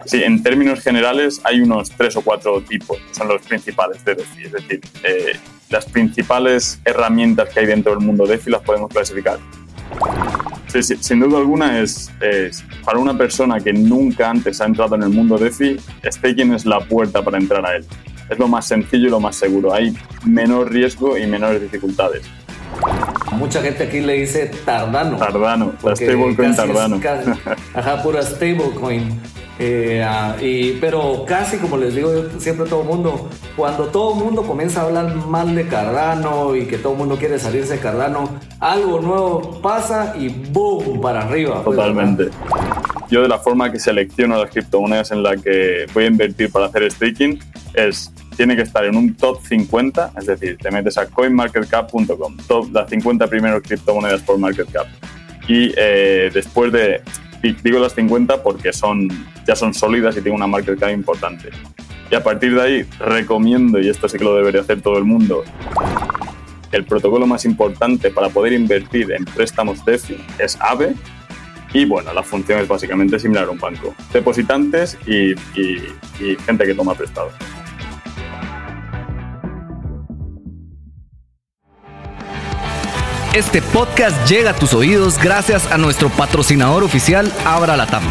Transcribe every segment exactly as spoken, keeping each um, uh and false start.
Sí, en términos generales hay unos tres o cuatro tipos, que son los principales de DeFi. Es decir, eh, las principales herramientas que hay dentro del mundo DeFi las podemos clasificar. Sí, sí, sin duda alguna es, es para una persona que nunca antes ha entrado en el mundo DeFi, staking es la puerta para entrar a él. Es lo más sencillo y lo más seguro. Hay menor riesgo y menores dificultades. Mucha gente aquí le dice Tardano. Tardano, la stablecoin Tardano. Casi, ajá, pura stablecoin. Eh, uh, y, pero casi, como les digo yo siempre a todo el mundo, cuando todo el mundo comienza a hablar mal de Cardano y que todo el mundo quiere salirse de Cardano, algo nuevo pasa y ¡boom! Para arriba. Totalmente. Pues, yo de la forma que selecciono las criptomonedas en la que voy a invertir para hacer staking es, tiene que estar en un top cincuenta, es decir, te metes a coin market cap punto com, top, las cincuenta primeras criptomonedas por market cap. Y eh, después de... Digo las cincuenta porque son, ya son sólidas y tienen una market cap importante. Y a partir de ahí recomiendo, y esto sí que lo debería hacer todo el mundo, el protocolo más importante para poder invertir en préstamos DeFi es Aave. Y bueno, la función es básicamente similar a un banco. Depositantes y, y, y gente que toma prestado. Este podcast llega a tus oídos gracias a nuestro patrocinador oficial, Abra Latam.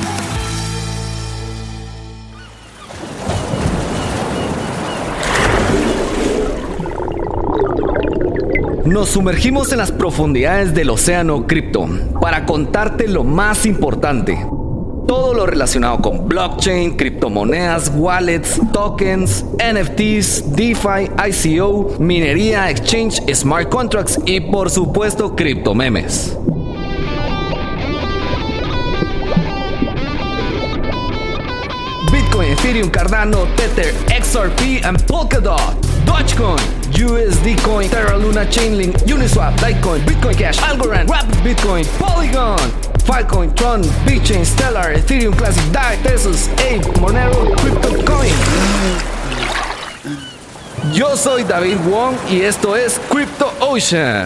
Nos sumergimos en las profundidades del océano cripto para contarte lo más importante. Todo lo relacionado con blockchain, criptomonedas, wallets, tokens, N F Ts, DeFi, I C O, minería, exchange, smart contracts y por supuesto criptomemes. Bitcoin, Ethereum, Cardano, Tether, X R P and Polkadot, Dogecoin, U S D Coin, Terra Luna, Chainlink, Uniswap, Litecoin, Bitcoin Cash, Algorand, Rapid Bitcoin, Polygon, Filecoin, Tron, BitChain, Stellar, Ethereum Classic, D A I, Tesos, Ape, Monero, CryptoCoin. Yo soy David Wong y esto es Crypto Ocean.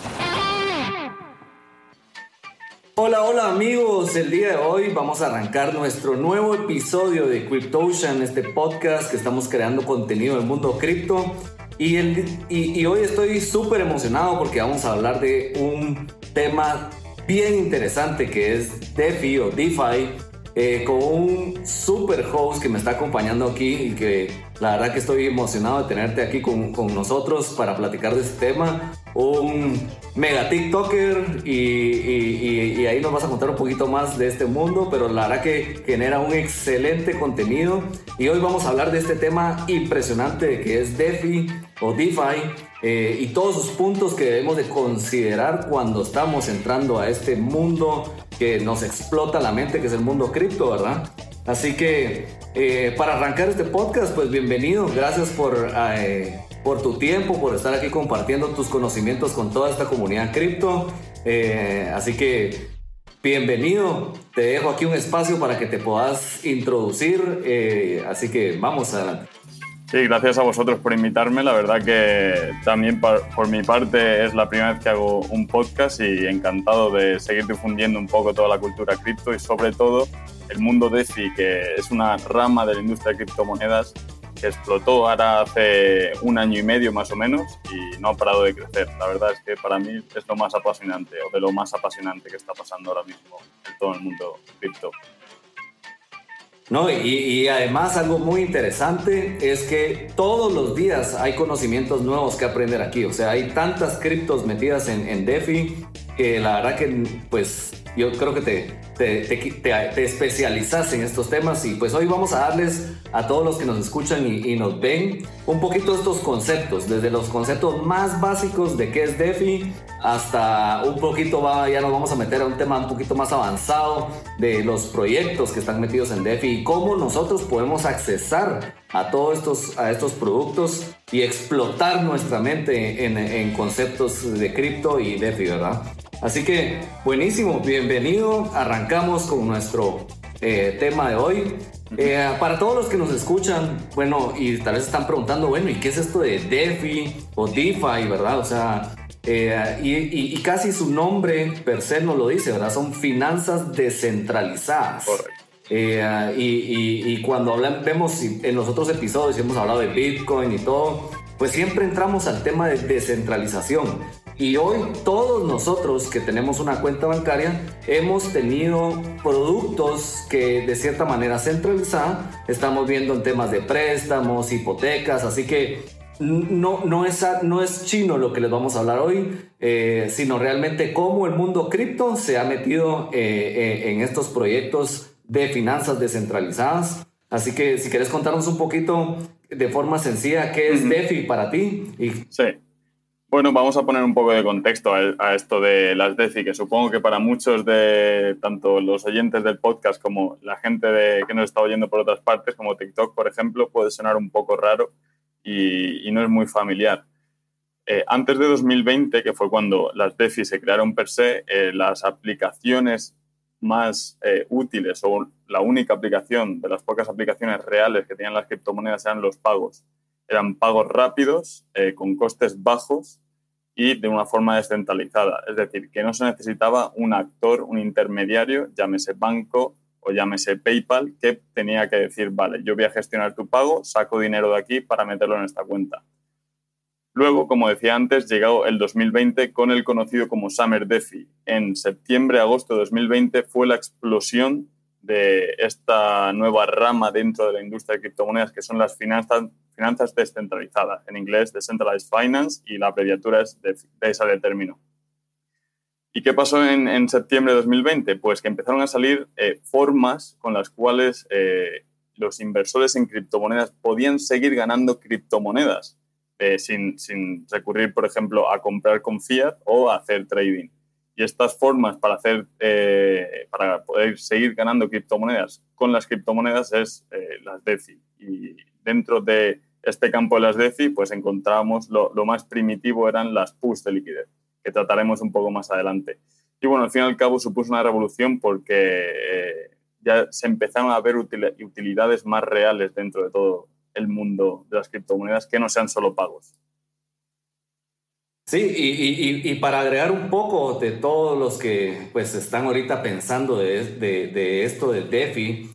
Hola, hola amigos, el día de hoy vamos a arrancar nuestro nuevo episodio de Crypto Ocean, este podcast que estamos creando contenido del mundo cripto. Y, el, y, y hoy estoy súper emocionado porque vamos a hablar de un tema bien interesante que es DeFi o DeFi, eh, con un super host que me está acompañando aquí y que la verdad que estoy emocionado de tenerte aquí con, con nosotros para platicar de este tema. Un mega TikToker y, y, y, y ahí nos vas a contar un poquito más de este mundo, pero la verdad que genera un excelente contenido y hoy vamos a hablar de este tema impresionante que es DeFi o DeFi eh, y todos sus puntos que debemos de considerar cuando estamos entrando a este mundo que nos explota la mente, que es el mundo cripto, ¿verdad? Así que eh, para arrancar este podcast, pues bienvenido, gracias por... Eh, por tu tiempo, por estar aquí compartiendo tus conocimientos con toda esta comunidad cripto. Eh, así que bienvenido, te dejo aquí un espacio para que te puedas introducir, eh, así que vamos adelante. Sí, gracias a vosotros por invitarme. La verdad que también por, por mi parte es la primera vez que hago un podcast y encantado de seguir difundiendo un poco toda la cultura cripto y sobre todo el mundo DeFi, que es una rama de la industria de criptomonedas que explotó ahora hace un año y medio más o menos y no ha parado de crecer. La verdad es que para mí es lo más apasionante o de lo más apasionante que está pasando ahora mismo en todo el mundo cripto. No, y, y además algo muy interesante es que todos los días hay conocimientos nuevos que aprender aquí. O sea, hay tantas criptos metidas en, en DeFi que la verdad que pues yo creo que te, te, te, te, te especializas en estos temas y pues hoy vamos a darles a todos los que nos escuchan y, y nos ven un poquito de estos conceptos, desde los conceptos más básicos de qué es DeFi hasta un poquito, va, ya nos vamos a meter a un tema un poquito más avanzado de los proyectos que están metidos en DeFi y cómo nosotros podemos accesar a todos estos, a estos productos y explotar nuestra mente en, en conceptos de cripto y DeFi, ¿verdad? Así que buenísimo, bienvenido, arrancamos con nuestro eh, tema de hoy. Eh, para todos los que nos escuchan, bueno, y tal vez están preguntando, bueno, ¿y qué es esto de DeFi o DeFi, verdad? O sea, eh, y, y, y casi su nombre per se nos lo dice, ¿verdad? Son finanzas descentralizadas. Correcto. Eh, y, y, y cuando hablamos, vemos en los otros episodios, hemos hablado de Bitcoin y todo, pues siempre entramos al tema de descentralización. Y hoy todos nosotros que tenemos una cuenta bancaria hemos tenido productos que de cierta manera centralizada estamos viendo en temas de préstamos, hipotecas, así que no, no, es, no es chino lo que les vamos a hablar hoy, eh, sino realmente cómo el mundo cripto se ha metido eh, eh, en estos proyectos de finanzas descentralizadas. Así que si quieres contarnos un poquito de forma sencilla qué es uh-huh. DeFi para ti. Y... Sí. Bueno, vamos a poner un poco de contexto a, a esto de las DeFi, que supongo que para muchos de tanto los oyentes del podcast como la gente de, que nos está oyendo por otras partes, como TikTok, por ejemplo, puede sonar un poco raro y, y no es muy familiar. Eh, antes de dos mil veinte, que fue cuando las DeFi se crearon per se, eh, las aplicaciones más eh, útiles o la única aplicación de las pocas aplicaciones reales que tenían las criptomonedas eran los pagos. Eran pagos rápidos, eh, con costes bajos y de una forma descentralizada. Es decir, que no se necesitaba un actor, un intermediario, llámese banco o llámese PayPal, que tenía que decir, vale, yo voy a gestionar tu pago, saco dinero de aquí para meterlo en esta cuenta. Luego, como decía antes, llegó el dos mil veinte con el conocido como Summer DeFi. En septiembre, agosto de dos mil veinte fue la explosión de esta nueva rama dentro de la industria de criptomonedas, que son las finanzas, finanzas descentralizadas. En inglés, Decentralized Finance, y la abreviatura es de, de esa de término. ¿Y qué pasó en, en septiembre de dos mil veinte? Pues que empezaron a salir eh, formas con las cuales eh, los inversores en criptomonedas podían seguir ganando criptomonedas eh, sin, sin recurrir, por ejemplo, a comprar con fiat o a hacer trading. Y estas formas para, hacer, eh, para poder seguir ganando criptomonedas con las criptomonedas es eh, las DeFi. Y dentro de este campo de las DeFi, pues encontramos lo, lo más primitivo eran las pools de liquidez, que trataremos un poco más adelante. Y bueno, al fin y al cabo supuso una revolución porque eh, ya se empezaron a ver util- utilidades más reales dentro de todo el mundo de las criptomonedas que no sean solo pagos. Sí, y, y, y para agregar un poco de todos los que pues están ahorita pensando de, de, de esto del DeFi,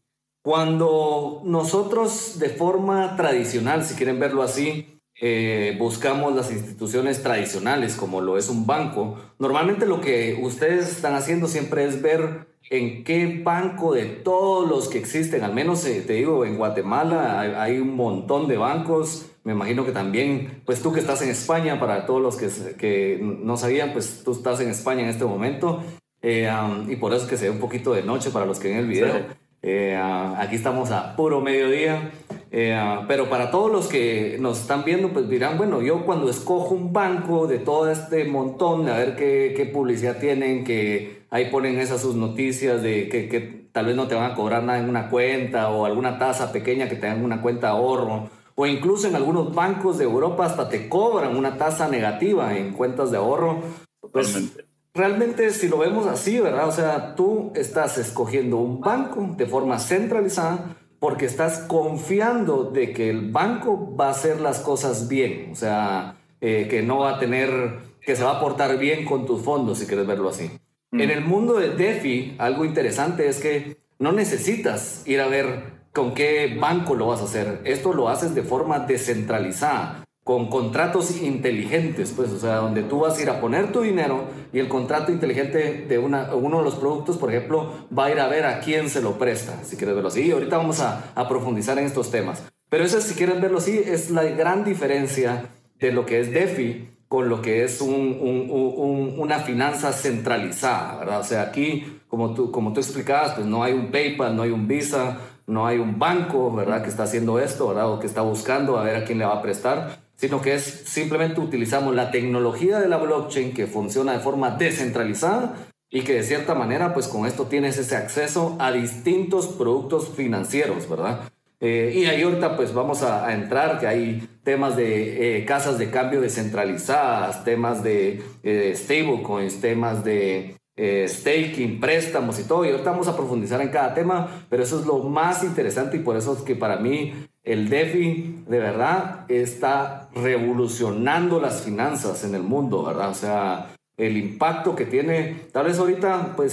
cuando nosotros de forma tradicional, si quieren verlo así, eh, buscamos las instituciones tradicionales como lo es un banco, normalmente lo que ustedes están haciendo siempre es ver en qué banco de todos los que existen, al menos eh, te digo, en Guatemala hay, hay un montón de bancos. Me imagino que también, pues tú que estás en España, para todos los que, que no sabían, pues tú estás en España en este momento, eh, um, y por eso es que se ve un poquito de noche para los que ven el video. Sí. Eh, uh, aquí estamos a puro mediodía, eh, uh, pero para todos los que nos están viendo, pues dirán, bueno, yo cuando escojo un banco de todo este montón, a ver qué, qué publicidad tienen, que ahí ponen esas sus noticias de que, que tal vez no te van a cobrar nada en una cuenta o alguna tasa pequeña que te dan una cuenta de ahorro. O incluso en algunos bancos de Europa hasta te cobran una tasa negativa en cuentas de ahorro. Pues realmente si lo vemos así, ¿verdad? O sea, tú estás escogiendo un banco de forma centralizada porque estás confiando de que el banco va a hacer las cosas bien. O sea, eh, que no va a tener, que se va a portar bien con tus fondos, si quieres verlo así. Mm. En el mundo de DeFi, algo interesante es que no necesitas ir a ver con qué banco lo vas a hacer. Esto lo haces de forma descentralizada, con contratos inteligentes, pues, o sea, donde tú vas a ir a poner tu dinero y el contrato inteligente de una, uno de los productos, por ejemplo, va a ir a ver a quién se lo presta, si quieres verlo así. Y ahorita vamos a, a profundizar en estos temas. Pero eso, si quieres verlo así, es la gran diferencia de lo que es DeFi con lo que es un, un, un, una finanza centralizada, ¿verdad? O sea, aquí, como tú, como tú explicabas, pues no hay un PayPal, no hay un Visa, no hay un banco, ¿verdad?, que está haciendo esto, ¿verdad?, o que está buscando a ver a quién le va a prestar, sino que es simplemente utilizamos la tecnología de la blockchain que funciona de forma descentralizada y que de cierta manera, pues con esto tienes ese acceso a distintos productos financieros, ¿verdad? Eh, y ahí ahorita pues vamos a, a entrar, que hay temas de eh, casas de cambio descentralizadas, temas de eh, stablecoins, temas de eh, staking, préstamos y todo, y ahorita vamos a profundizar en cada tema, pero eso es lo más interesante y por eso es que para mí el DeFi de verdad está revolucionando las finanzas en el mundo, ¿verdad? O sea, el impacto que tiene, tal vez ahorita pues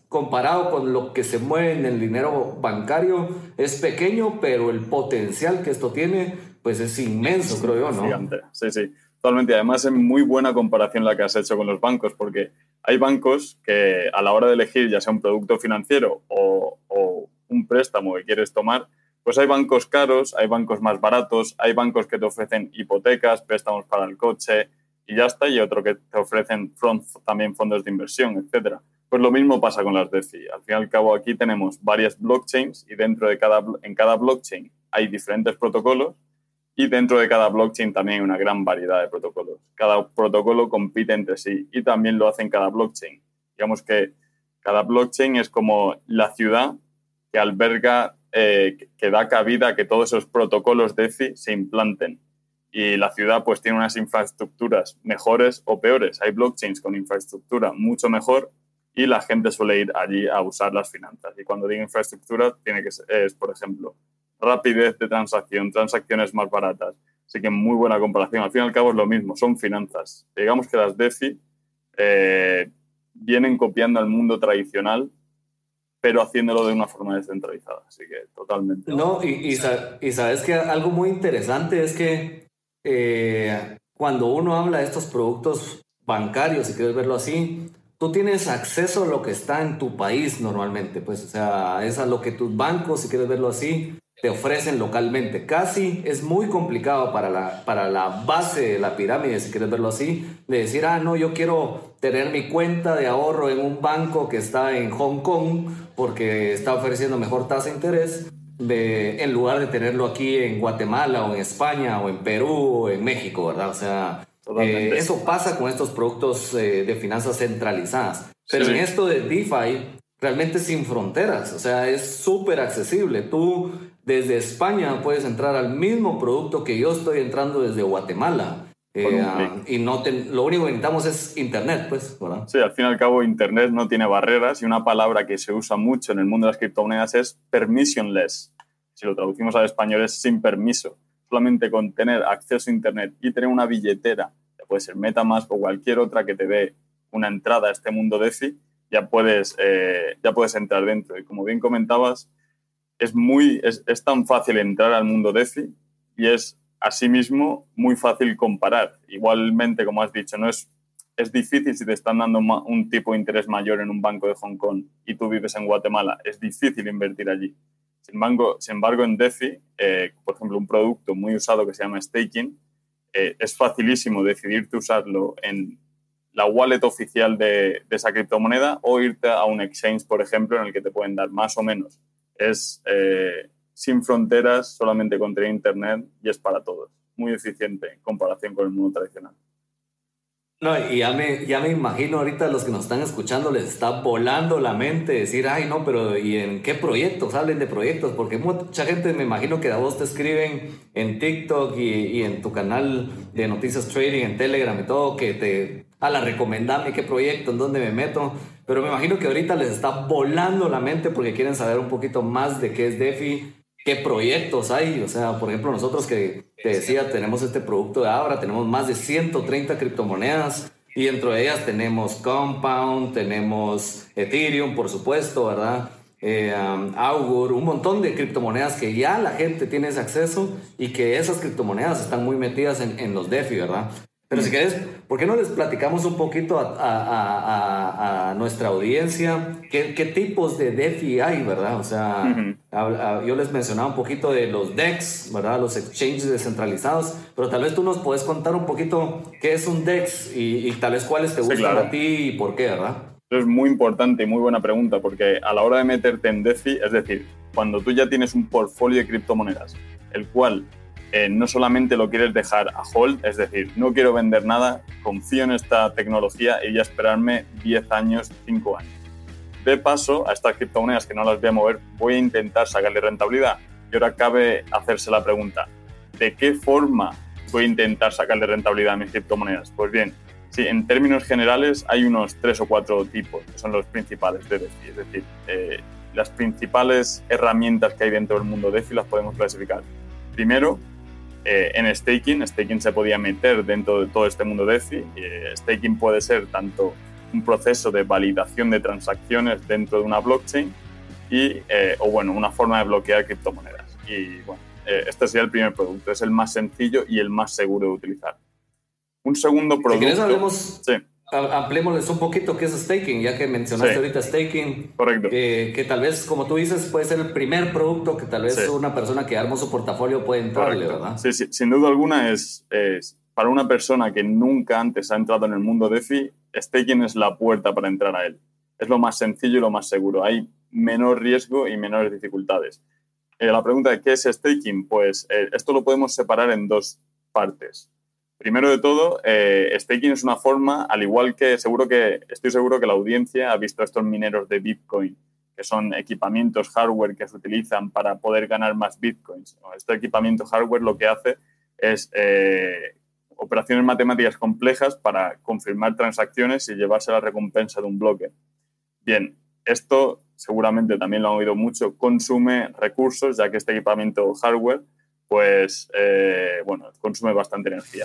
comparado con lo que se mueve en el dinero bancario, es pequeño, pero el potencial que esto tiene, pues es inmenso, sí, creo yo, ¿no? Gigante. Sí, sí, totalmente. Además, es muy buena comparación la que has hecho con los bancos, porque hay bancos que a la hora de elegir, ya sea un producto financiero o, o un préstamo que quieres tomar, pues hay bancos caros, hay bancos más baratos, hay bancos que te ofrecen hipotecas, préstamos para el coche y ya está, y otro que te ofrecen front, también fondos de inversión, etcétera. Pues lo mismo pasa con las DeFi. Al fin y al cabo, aquí tenemos varias blockchains y dentro de cada, en cada blockchain hay diferentes protocolos y dentro de cada blockchain también hay una gran variedad de protocolos. Cada protocolo compite entre sí y también lo hace en cada blockchain. Digamos que cada blockchain es como la ciudad que alberga, eh, que da cabida a que todos esos protocolos DeFi se implanten. Y la ciudad pues tiene unas infraestructuras mejores o peores. Hay blockchains con infraestructura mucho mejor y la gente suele ir allí a usar las finanzas. Y cuando digo infraestructura, tiene que ser, es, por ejemplo, rapidez de transacción, transacciones más baratas. Así que muy buena comparación. Al fin y al cabo es lo mismo, son finanzas. Digamos que las DeFi eh, vienen copiando al mundo tradicional, pero haciéndolo de una forma descentralizada. Así que totalmente. No, y, y, y sabes que algo muy interesante es que eh, cuando uno habla de estos productos bancarios, si quieres verlo así, tú tienes acceso a lo que está en tu país normalmente, pues, o sea, es a lo que tus bancos, si quieres verlo así, te ofrecen localmente. Casi es muy complicado para la, para la base de la pirámide, si quieres verlo así, de decir, ah, no, yo quiero tener mi cuenta de ahorro en un banco que está en Hong Kong porque está ofreciendo mejor tasa de interés, de, en lugar de tenerlo aquí en Guatemala o en España o en Perú o en México, ¿verdad? O sea, eh, eso pasa con estos productos eh, de finanzas centralizadas. Pero sí, en esto de DeFi, realmente sin fronteras, o sea, es súper accesible. Tú desde España puedes entrar al mismo producto que yo estoy entrando desde Guatemala. Eh, uh, y no te, lo único que necesitamos es internet, pues, ¿verdad? Sí, al fin y al cabo internet no tiene barreras y una palabra que se usa mucho en el mundo de las criptomonedas es permissionless. Si lo traducimos al español es sin permiso. Solamente con tener acceso a internet y tener una billetera, ya puede ser MetaMask o cualquier otra que te dé una entrada a este mundo DeFi, ya puedes, eh, ya puedes entrar dentro. Y como bien comentabas, es, muy, es, es tan fácil entrar al mundo DeFi y es asimismo muy fácil comparar. Igualmente, como has dicho, no es, es difícil si te están dando un tipo de interés mayor en un banco de Hong Kong y tú vives en Guatemala, es difícil invertir allí. Sin embargo, sin embargo en DeFi, eh, por ejemplo, un producto muy usado que se llama staking, eh, es facilísimo decidirte usarlo en la wallet oficial de, de esa criptomoneda o irte a un exchange, por ejemplo, en el que te pueden dar más o menos. Es eh, sin fronteras, solamente con tener internet y es para todos. Muy eficiente en comparación con el mundo tradicional. No, y ya me, ya me imagino ahorita a los que nos están escuchando les está volando la mente decir, ay, no, pero ¿y en qué proyectos? Hablen de proyectos, porque mucha gente me imagino que a vos te escriben en TikTok y, y en tu canal de Noticias Trading, en Telegram y todo, que te, a la recomendame qué proyecto, en dónde me meto, pero me imagino que ahorita les está volando la mente porque quieren saber un poquito más de qué es DeFi, qué proyectos hay. O sea, por ejemplo, nosotros que te decía, tenemos este producto de Abra, tenemos más de ciento treinta criptomonedas y dentro de ellas tenemos Compound, tenemos Ethereum, por supuesto, ¿verdad? Eh, um, Augur, un montón de criptomonedas que ya la gente tiene ese acceso y que esas criptomonedas están muy metidas en, en los DeFi, ¿verdad? Pero si querés, ¿por qué no les platicamos un poquito a, a, a, a nuestra audiencia qué, qué tipos de DeFi hay, ¿verdad? O sea, uh-huh. a, a, yo les mencionaba un poquito de los D E X, ¿verdad? Los exchanges descentralizados, pero tal vez tú nos puedes contar un poquito qué es un D E X y, y tal vez cuáles te gustan sí, claro. a ti y por qué, ¿verdad? Eso es muy importante y muy buena pregunta, porque a la hora de meterte en DeFi, es decir, cuando tú ya tienes un portfolio de criptomonedas, el cual Eh, no solamente lo quieres dejar a hold, es decir, no quiero vender nada, confío en esta tecnología y ya esperarme diez años, cinco años. De paso, a estas criptomonedas que no las voy a mover, voy a intentar sacarle rentabilidad. Y ahora cabe hacerse la pregunta, ¿de qué forma voy a intentar sacarle rentabilidad a mis criptomonedas? Pues bien, sí, en términos generales hay unos tres o cuatro tipos, que son los principales de DeFi. Es decir, eh, las principales herramientas que hay dentro del mundo DeFi las podemos clasificar. Primero, Eh, en staking, staking se podía meter dentro de todo este mundo DeFi. Eh, staking puede ser tanto un proceso de validación de transacciones dentro de una blockchain y, eh, o bueno, una forma de bloquear criptomonedas. Y bueno, eh, este sería el primer producto, es el más sencillo y el más seguro de utilizar. Un segundo producto... Si querés, hablemos, sí. ampliémosles un poquito qué es staking, ya que mencionaste sí. ahorita staking. Correcto. Que, que tal vez, como tú dices, puede ser el primer producto que tal vez sí. una persona que armó su portafolio puede entrarle, Correcto. ¿verdad? Sí, sí, sin duda alguna es, es... Para una persona que nunca antes ha entrado en el mundo DeFi, staking es la puerta para entrar a él. Es lo más sencillo y lo más seguro. Hay menor riesgo y menores dificultades. Eh, la pregunta de qué es staking, pues eh, esto lo podemos separar en dos partes. Primero de todo, eh, staking es una forma, al igual que seguro que estoy seguro que la audiencia ha visto estos mineros de Bitcoin, que son equipamientos hardware que se utilizan para poder ganar más Bitcoins. Este equipamiento hardware lo que hace es eh, operaciones matemáticas complejas para confirmar transacciones y llevarse la recompensa de un bloque. Bien, esto seguramente también lo han oído mucho, consume recursos, ya que este equipamiento hardware pues, eh, bueno, consume bastante energía.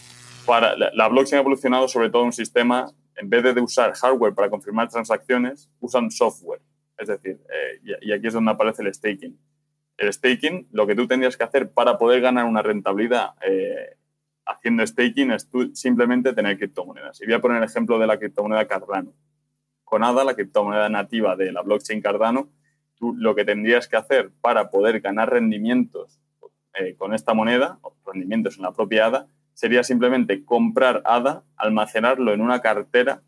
Para, la, la blockchain ha evolucionado sobre todo un sistema, en vez de usar hardware para confirmar transacciones, usan software. Es decir, eh, y, y aquí es donde aparece el staking. El staking, lo que tú tendrías que hacer para poder ganar una rentabilidad eh, haciendo staking es tú simplemente tener criptomonedas. Y voy a poner el ejemplo de la criptomoneda Cardano. Con A D A, la criptomoneda nativa de la blockchain Cardano, tú lo que tendrías que hacer para poder ganar rendimientos eh, con esta moneda, o rendimientos en la propia A D A, sería simplemente comprar A D A, almacenarlo en una cartera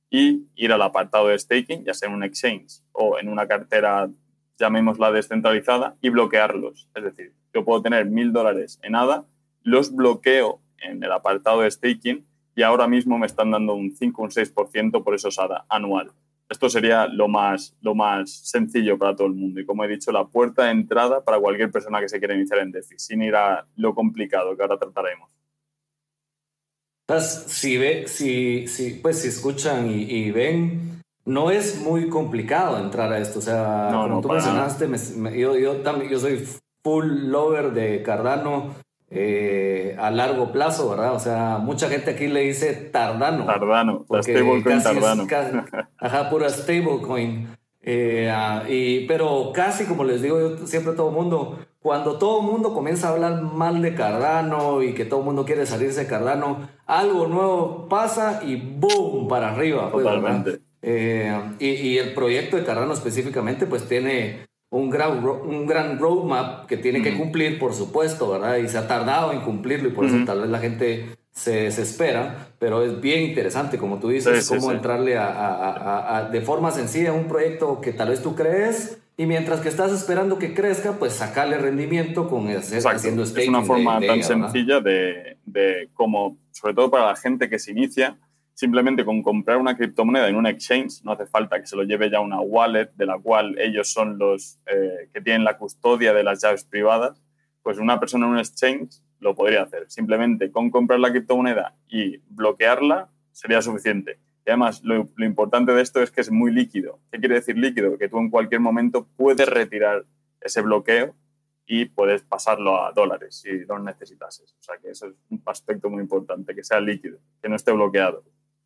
y ir al apartado de staking, ya sea en un exchange o en una cartera, llamémosla descentralizada, y bloquearlos. Es decir, yo puedo tener mil dólares en A D A, los bloqueo en el apartado de staking y ahora mismo me están dando un cinco o un seis por ciento por esos A D A anual. Esto sería lo más, lo más sencillo para todo el mundo y, como he dicho, la puerta de entrada para cualquier persona que se quiera iniciar en DeFi, sin ir a lo complicado que ahora trataremos. Entonces, si, ve, si, si, pues, si escuchan y, y ven, no es muy complicado entrar a esto. O sea, no, como no, tú mencionaste, me, me, yo, yo, también, yo soy full lover de Cardano. Eh, a largo plazo, ¿verdad? O sea, mucha gente aquí le dice Tardano. Tardano, la stablecoin Tardano. Casi, ajá, pura stablecoin. Eh, uh, y, pero casi, como les digo yo siempre a todo el mundo, cuando todo el mundo comienza a hablar mal de Cardano y que todo el mundo quiere salirse de Cardano, algo nuevo pasa y ¡boom! Para arriba. Totalmente. Pues, eh, y, y el proyecto de Cardano específicamente, pues tiene un gran, un gran roadmap que tiene mm. que cumplir, por supuesto, ¿verdad? Y se ha tardado en cumplirlo y por mm-hmm. eso tal vez la gente se desespera, pero es bien interesante, como tú dices, sí, cómo sí, entrarle sí. A, a, a, a, de forma sencilla a un proyecto que tal vez tú crees y mientras que estás esperando que crezca, pues sacarle rendimiento con hacer, haciendo staking. Es una forma de, tan de, sencilla de, de como, sobre todo para la gente que se inicia, simplemente con comprar una criptomoneda en un exchange, no hace falta que se lo lleve ya una wallet de la cual ellos son los eh, que tienen la custodia de las llaves privadas, pues una persona en un exchange lo podría hacer. Simplemente con comprar la criptomoneda y bloquearla sería suficiente. Y además lo, lo importante de esto es que es muy líquido. ¿Qué quiere decir líquido? Que tú en cualquier momento puedes retirar ese bloqueo y puedes pasarlo a dólares si lo necesitases. O sea que eso es un aspecto muy importante, que sea líquido, que no esté bloqueado.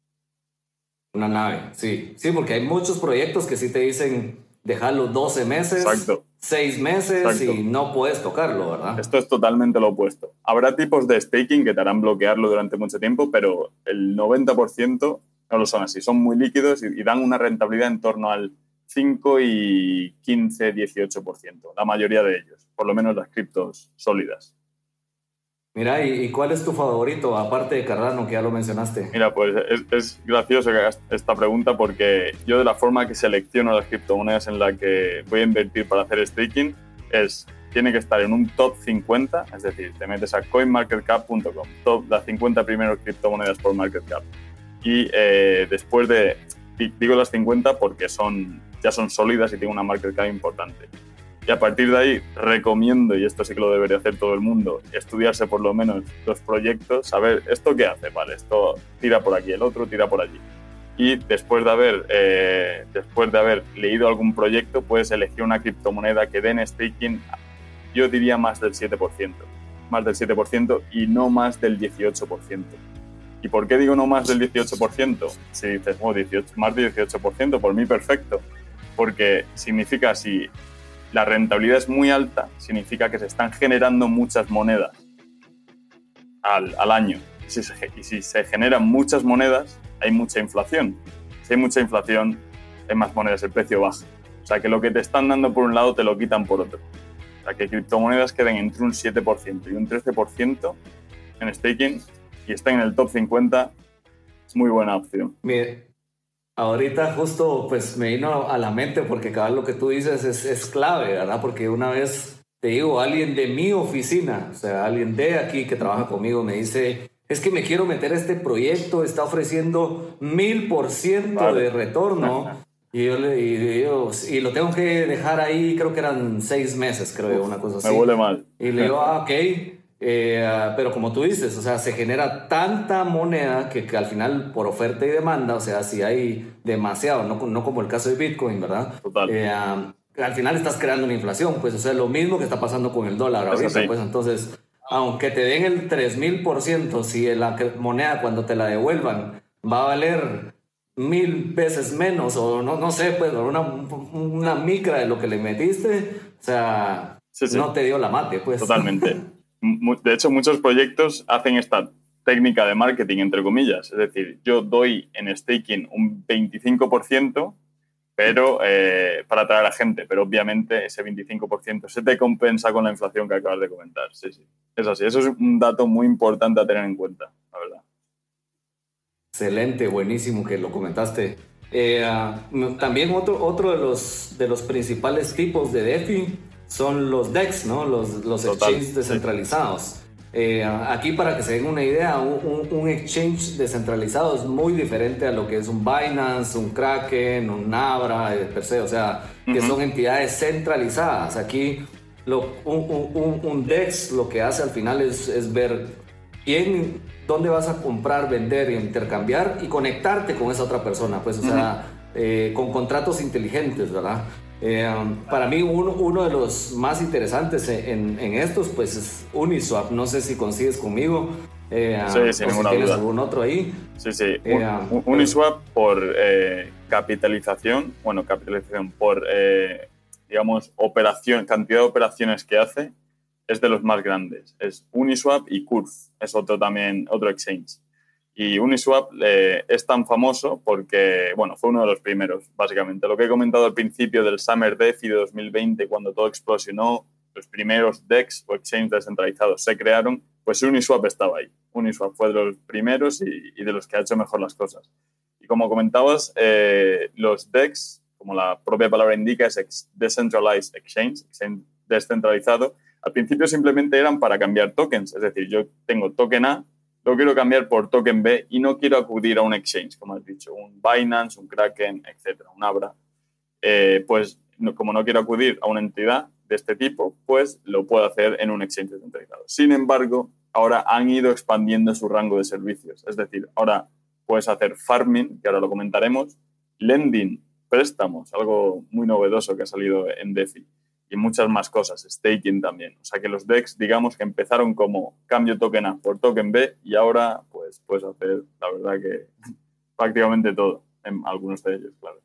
Una nave, sí. Sí, porque hay muchos proyectos que sí te dicen dejarlo doce meses, Exacto. seis meses Exacto. Y no puedes tocarlo, ¿verdad? Esto es totalmente lo opuesto. Habrá tipos de staking que te harán bloquearlo durante mucho tiempo, pero el noventa por ciento no lo son así. Son muy líquidos y, y dan una rentabilidad en torno al cinco y quince, dieciocho por ciento. La mayoría de ellos, por lo menos las criptos sólidas. Mira, ¿y, ¿y cuál es tu favorito, aparte de Cardano, que ya lo mencionaste? Mira, pues es, es gracioso que hagas esta pregunta porque yo de la forma que selecciono las criptomonedas en la que voy a invertir para hacer staking es, tiene que estar en un top cincuenta, es decir, te metes a coin market cap punto com, top, las cincuenta primeras criptomonedas por market cap. Y eh, después de, digo las cincuenta porque son, ya son sólidas y tienen una market cap importante. Y a partir de ahí recomiendo, y esto sí que lo debería hacer todo el mundo, estudiarse por lo menos los proyectos, saber esto qué hace, vale, esto tira por aquí, el otro tira por allí. Y después de haber, eh, después de haber leído algún proyecto, puedes elegir una criptomoneda que den staking, yo diría más del siete por ciento, más del siete por ciento y no más del dieciocho por ciento. ¿Y por qué digo no más del dieciocho por ciento? Si dices, oh, dieciocho, más de dieciocho por ciento, por mí perfecto. Porque significa, si la rentabilidad es muy alta, significa que se están generando muchas monedas al, al año. Y si, se, y si se generan muchas monedas, hay mucha inflación. Si hay mucha inflación, hay más monedas, el precio baja. O sea, que lo que te están dando por un lado te lo quitan por otro. O sea, que criptomonedas queden entre un siete por ciento y un trece por ciento en staking y estén en el top cincuenta, es muy buena opción. Mire, ahorita justo pues me vino a la mente, porque cada lo que tú dices es, es clave, ¿verdad? Porque una vez, te digo, alguien de mi oficina, o sea, alguien de aquí que trabaja conmigo me dice, es que me quiero meter a este proyecto, está ofreciendo mil por ciento Vale. de retorno. Y yo le y, yo, y lo tengo que dejar ahí, creo que eran seis meses, creo yo, una cosa así. Me huele mal. Y le digo, ah, ok. Eh, pero como tú dices, o sea, se genera tanta moneda que, que al final por oferta y demanda, o sea, si hay demasiado, no, no como el caso de Bitcoin, ¿verdad? Total. Eh, al final estás creando una inflación, pues, o sea, lo mismo que está pasando con el dólar ahorita, pues, entonces, aunque te den el tres mil por ciento, si la moneda cuando te la devuelvan va a valer mil veces menos, o no, no sé, pues, una, una micra de lo que le metiste, o sea, sí, sí. no te dio la mate, pues. Totalmente. De hecho, muchos proyectos hacen esta técnica de marketing, entre comillas. Es decir, yo doy en staking un veinticinco por ciento pero, eh, para atraer a la gente, pero obviamente ese veinticinco por ciento se te compensa con la inflación que acabas de comentar. Sí, sí. Es así. Eso es un dato muy importante a tener en cuenta, la verdad. Excelente, buenísimo que lo comentaste. Eh, uh, también otro, otro de, los, de los principales tipos de DeFi son los DEX, ¿no? Los, los exchanges descentralizados. Sí. Eh, aquí, para que se den una idea, un, un exchange descentralizado es muy diferente a lo que es un Binance, un Kraken, un Abra, eh, per se, o sea, que uh-huh. son entidades centralizadas. Aquí, lo, un, un, un DEX lo que hace al final es, es ver quién, dónde vas a comprar, vender, intercambiar y conectarte con esa otra persona, pues, o uh-huh. sea, eh, con contratos inteligentes, ¿verdad? Eh, para mí uno, uno de los más interesantes en, en estos pues es Uniswap. No sé si coincides conmigo, eh, sí, sin o ninguna si tienes duda. algún otro ahí. Sí, sí. Eh, Un, Uniswap por eh, capitalización, bueno, capitalización por eh, digamos operación, cantidad de operaciones que hace, es de los más grandes. Es Uniswap y Curve, es otro también, otro exchange. Y Uniswap eh, es tan famoso porque, bueno, fue uno de los primeros, básicamente. Lo que he comentado al principio del Summer DeFi de dos mil veinte, cuando todo explosionó, los primeros DEX o exchanges descentralizados se crearon, pues Uniswap estaba ahí. Uniswap fue de los primeros y, y de los que ha hecho mejor las cosas. Y como comentabas, eh, los DEX, como la propia palabra indica, es Decentralized Exchange, exchange descentralizado. Al principio simplemente eran para cambiar tokens, es decir, yo tengo token A, lo quiero cambiar por token B y no quiero acudir a un exchange, como has dicho, un Binance, un Kraken, etcétera, un Abra. Eh, pues no, como no quiero acudir a una entidad de este tipo, pues lo puedo hacer en un exchange descentralizado. Sin embargo, ahora han ido expandiendo su rango de servicios. Es decir, ahora puedes hacer farming, que ahora lo comentaremos, lending, préstamos, algo muy novedoso que ha salido en DeFi. Y muchas más cosas, staking también. O sea que los DEX, digamos que empezaron como cambio token A por token B y ahora pues puedes hacer, la verdad que prácticamente todo, en algunos de ellos, claro.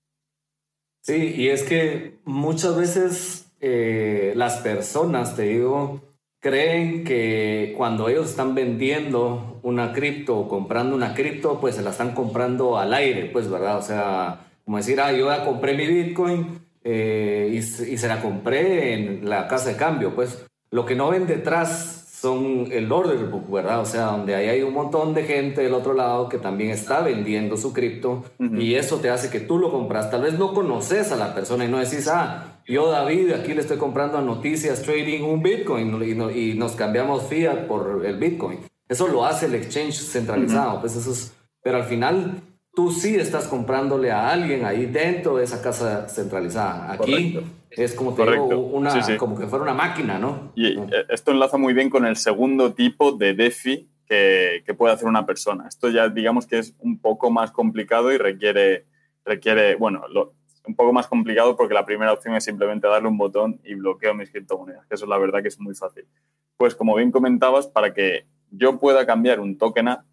Sí, y es que muchas veces eh, las personas, te digo, creen que cuando ellos están vendiendo una cripto o comprando una cripto, pues se la están comprando al aire, pues, ¿verdad? O sea, como decir, ah, yo ya compré mi Bitcoin, Eh, y, y se la compré en la casa de cambio, pues lo que no ven detrás son el order book, ¿verdad? O sea, donde ahí hay un montón de gente del otro lado que también está vendiendo su cripto, uh-huh. y eso te hace que tú lo compras. Tal vez no conoces a la persona y no decís, ah, yo David aquí le estoy comprando a Noticias Trading un Bitcoin y, no, y nos cambiamos fiat por el Bitcoin. Eso lo hace el exchange centralizado, uh-huh. pues eso es, pero al final tú sí estás comprándole a alguien ahí dentro de esa casa centralizada. Aquí Correcto. Es como te Correcto. digo, una, sí, sí. como que fuera una máquina, ¿no? Y esto enlaza muy bien con el segundo tipo de DeFi que, que puede hacer una persona. Esto ya digamos que es un poco más complicado y requiere, requiere bueno, lo, un poco más complicado porque la primera opción es simplemente darle un botón y bloqueo mis criptomonedas, que eso la verdad que es muy fácil. Pues como bien comentabas, para que yo pueda cambiar un token A,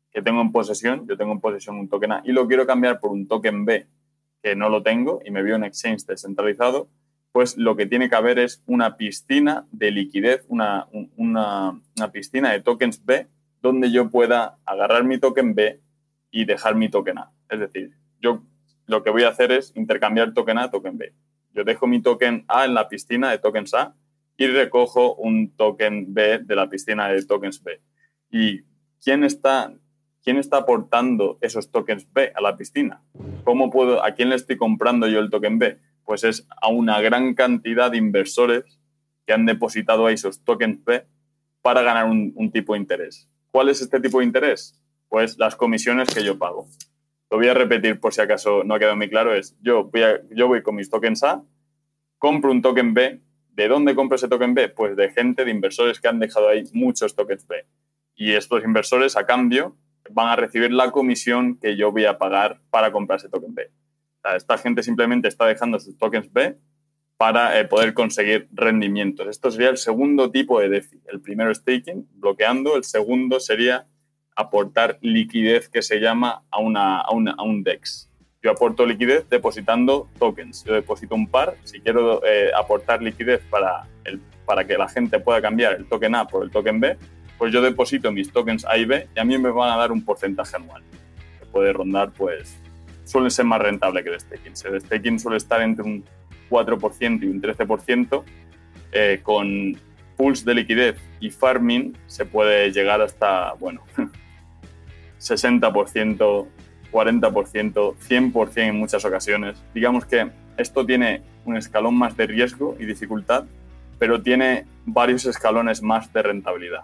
que tengo en posesión, yo tengo en posesión un token A y lo quiero cambiar por un token B que no lo tengo y me veo un exchange descentralizado, pues lo que tiene que haber es una piscina de liquidez, una, una, una piscina de tokens B donde yo pueda agarrar mi token B y dejar mi token A. Es decir, yo lo que voy a hacer es intercambiar token A a token B. Yo dejo mi token A en la piscina de tokens A y recojo un token B de la piscina de tokens B. ¿Y quién está, quién está aportando esos tokens B a la piscina? ¿Cómo puedo, a quién le estoy comprando yo el token B? Pues es a una gran cantidad de inversores que han depositado ahí esos tokens B para ganar un, un tipo de interés. ¿Cuál es este tipo de interés? Pues las comisiones que yo pago. Lo voy a repetir por si acaso no ha quedado muy claro. Es yo voy, a, yo voy con mis tokens A, compro un token B. ¿De dónde compro ese token B? Pues de gente, de inversores que han dejado ahí muchos tokens B. Y estos inversores, a cambio, van a recibir la comisión que yo voy a pagar para comprar ese token B. O sea, esta gente simplemente está dejando sus tokens B para eh, poder conseguir rendimientos. Esto sería el segundo tipo de DeFi. El primero es staking, bloqueando. El segundo sería aportar liquidez, que se llama a, una, a, una, a un DEX. Yo aporto liquidez depositando tokens. Yo deposito un par. Si quiero eh, aportar liquidez para, el, para que la gente pueda cambiar el token A por el token B, pues yo deposito mis tokens A y B y a mí me van a dar un porcentaje anual. Que puede rondar, pues, suele ser más rentable que el staking. El staking suele estar entre un cuatro por ciento y un trece por ciento. Eh, con pools de liquidez y farming se puede llegar hasta, bueno, sesenta por ciento, cuarenta por ciento, cien por ciento en muchas ocasiones. Digamos que esto tiene un escalón más de riesgo y dificultad, pero tiene varios escalones más de rentabilidad.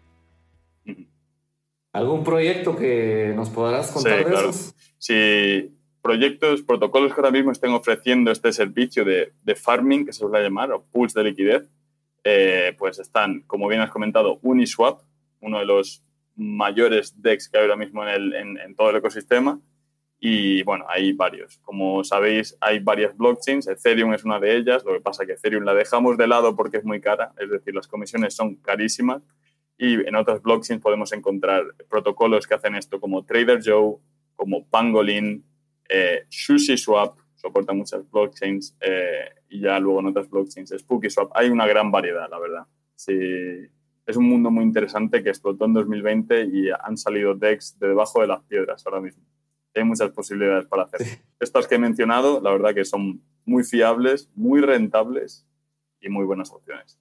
¿Algún proyecto que nos podrás contar sí, de claro. esos? Sí, proyectos, protocolos que ahora mismo estén ofreciendo este servicio de, de farming, que se suele llamar, o pools de liquidez, eh, pues están, como bien has comentado, Uniswap, uno de los mayores DEX que hay ahora mismo en, el, en, en todo el ecosistema. Y bueno, hay varios. Como sabéis, hay varias blockchains. Ethereum es una de ellas. Lo que pasa es que Ethereum la dejamos de lado porque es muy cara. Es decir, las comisiones son carísimas. Y en otras blockchains podemos encontrar protocolos que hacen esto, como Trader Joe, como Pangolin, eh, SushiSwap, soporta muchas blockchains, eh, y ya luego en otras blockchains, SpookySwap. Hay una gran variedad, la verdad. Sí. Es un mundo muy interesante que explotó en dos mil veinte y han salido DEX de debajo de las piedras ahora mismo. Hay muchas posibilidades para hacer. Sí. Estas que he mencionado, la verdad que son muy fiables, muy rentables y muy buenas opciones.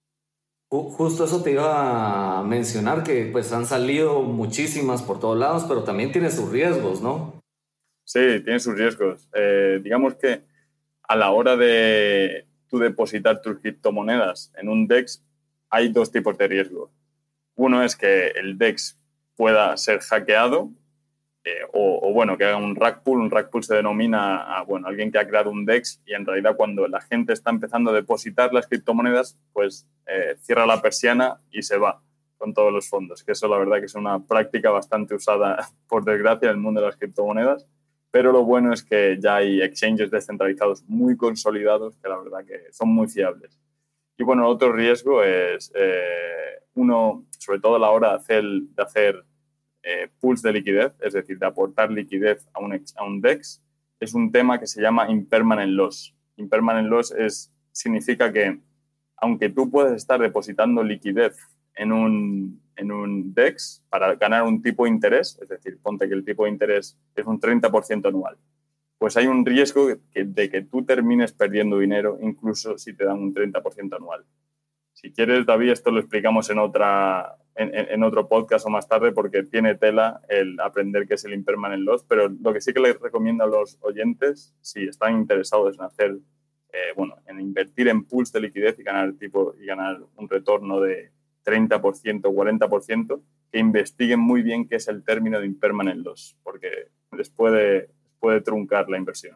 Justo eso te iba a mencionar, que pues han salido muchísimas por todos lados, pero también tiene sus riesgos, ¿no? Sí, tiene sus riesgos. Eh, digamos que a la hora de tú depositar tus criptomonedas en un DEX, hay dos tipos de riesgo. Uno es que el DEX pueda ser hackeado, eh, o, o bueno, que haga un rug pull. Un rug pull se denomina a bueno, alguien que ha creado un DEX y en realidad cuando la gente está empezando a depositar las criptomonedas, pues eh, cierra la persiana y se va con todos los fondos. Que eso la verdad que es una práctica bastante usada, por desgracia, en el mundo de las criptomonedas. Pero lo bueno es que ya hay exchanges descentralizados muy consolidados que la verdad que son muy fiables. Y bueno, otro riesgo es eh, uno, sobre todo a la hora de hacer, de hacer eh, pools de liquidez, es decir, de aportar liquidez a un, a un DEX, es un tema que se llama impermanent loss. Impermanent loss es, significa que aunque tú puedes estar depositando liquidez en un, en un DEX para ganar un tipo de interés, es decir, ponte que el tipo de interés es un treinta por ciento anual, pues hay un riesgo de que tú termines perdiendo dinero incluso si te dan un treinta por ciento anual. Si quieres, David, esto lo explicamos en, otra, en, en otro podcast o más tarde porque tiene tela el aprender qué es el impermanent loss, pero lo que sí que les recomiendo a los oyentes, si están interesados en hacer, eh, bueno, en invertir en pools de liquidez y ganar, tipo, y ganar un retorno de treinta por ciento, cuarenta por ciento, que investiguen muy bien qué es el término de impermanent loss, porque les puede... puede truncar la inversión.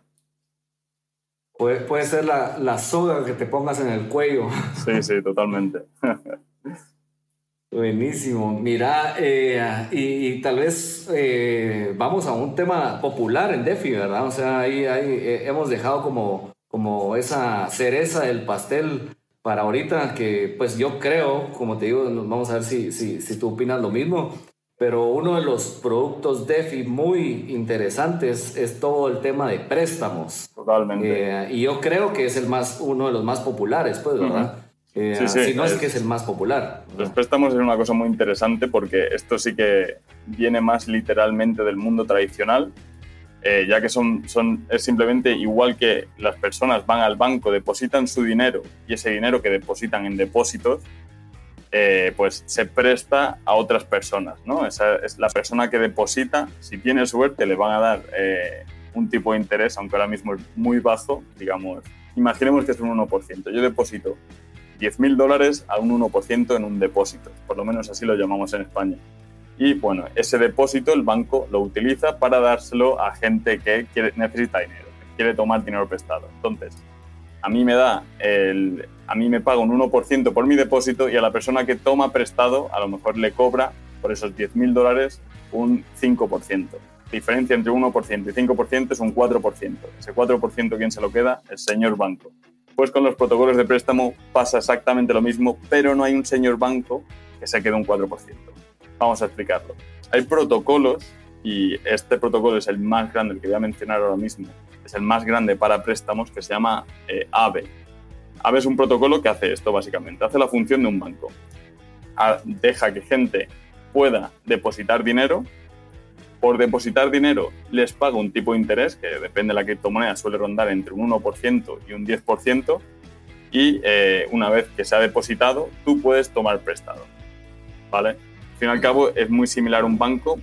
Puede, puede ser la, la soga que te pongas en el cuello. Sí, sí, totalmente. Buenísimo. Mira, eh, y, y tal vez eh, vamos a un tema popular en DeFi, ¿verdad? O sea, ahí, ahí eh, hemos dejado como, como esa cereza del pastel para ahorita, que pues yo creo, como te digo, vamos a ver si, si, si tú opinas lo mismo, pero uno de los productos DeFi muy interesantes es todo el tema de préstamos. Totalmente. Eh, y yo creo que es el más, uno de los más populares, pues, ¿verdad? Uh-huh. Eh, sí, sí, si no es, es que es el más popular. Los préstamos es una cosa muy interesante porque esto sí que viene más literalmente del mundo tradicional, eh, ya que son, son, es simplemente igual que las personas van al banco, depositan su dinero y ese dinero que depositan en depósitos, eh, pues se presta a otras personas, ¿no? Esa es la persona que deposita, si tiene suerte le van a dar eh, un tipo de interés, aunque ahora mismo es muy bajo, digamos, imaginemos que es un uno por ciento. Yo deposito diez mil dólares a un uno por ciento en un depósito, por lo menos así lo llamamos en España. Y bueno, ese depósito el banco lo utiliza para dárselo a gente que quiere, necesita dinero, que quiere tomar dinero prestado. Entonces, a mí me da el, a mí me paga un uno por ciento por mi depósito y a la persona que toma prestado a lo mejor le cobra por esos diez mil dólares un cinco por ciento. La diferencia entre uno por ciento y cinco por ciento es un cuatro por ciento. Ese cuatro por ciento, ¿quién se lo queda? El señor banco. Pues con los protocolos de préstamo pasa exactamente lo mismo, pero no hay un señor banco que se quede un cuatro por ciento. Vamos a explicarlo. Hay protocolos, y este protocolo es el más grande, el que voy a mencionar ahora mismo, es el más grande para préstamos, que se llama eh, Aave. Aave es un protocolo que hace esto básicamente, hace la función de un banco. A, deja que gente pueda depositar dinero. Por depositar dinero les paga un tipo de interés, que depende de la criptomoneda, suele rondar entre un uno por ciento y un diez por ciento, y eh, una vez que se ha depositado, tú puedes tomar prestado, ¿vale? Al fin y al cabo es muy similar a un banco,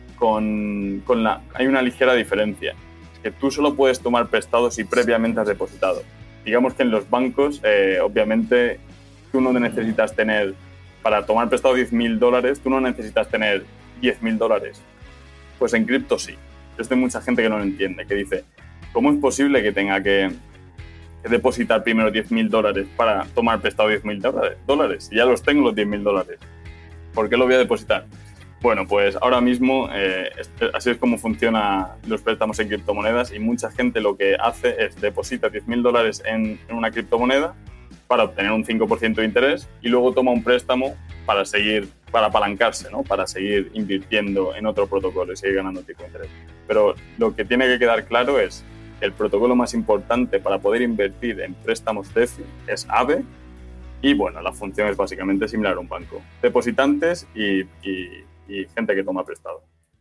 con, con la, hay una ligera diferencia, es que tú solo puedes tomar prestado si previamente has depositado. Digamos que en los bancos, eh, obviamente, tú no necesitas tener, para tomar prestado diez mil dólares, tú no necesitas tener diez mil dólares. Pues en cripto sí. Esto hay mucha gente que no lo entiende, que dice, ¿cómo es posible que tenga que, que depositar primero diez mil dólares para tomar prestado diez mil dólares? Si ya los tengo los diez mil dólares, ¿por qué lo voy a depositar? Bueno, pues ahora mismo eh, así es como funcionan los préstamos en criptomonedas y mucha gente lo que hace es deposita diez mil dólares en, en una criptomoneda para obtener un cinco por ciento de interés y luego toma un préstamo para seguir, para apalancarse, ¿no? Para seguir invirtiendo en otro protocolo y seguir ganando tipo de interés. Pero lo que tiene que quedar claro es que el protocolo más importante para poder invertir en préstamos DeFi es Aave y, bueno, la función es básicamente similar a un banco. Depositantes y, y, y gente que toma prestado.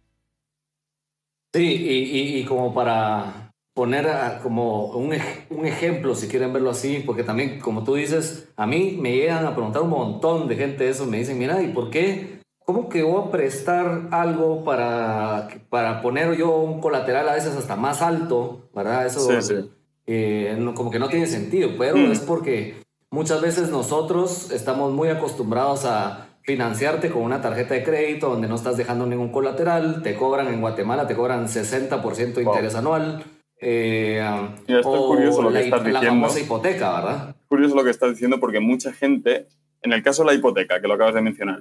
Sí, y, y, y como para poner a, como un, un ejemplo, si quieren verlo así, porque también, como tú dices, a mí me llegan a preguntar un montón de gente eso, me dicen, mira, ¿y por qué? ¿Cómo que voy a prestar algo para, para poner yo un colateral a veces hasta más alto, ¿verdad? Eso sí, sí. Eh, no, como que no tiene sentido, pero mm. es porque muchas veces nosotros estamos muy acostumbrados a financiarte con una tarjeta de crédito donde no estás dejando ningún colateral, te cobran en Guatemala, te cobran sesenta por ciento de wow. interés anual. Eh, Mira, esto o es curioso lo que la, estás la diciendo. famosa hipoteca, ¿verdad? Es curioso lo que estás diciendo porque mucha gente, en el caso de la hipoteca, que lo acabas de mencionar,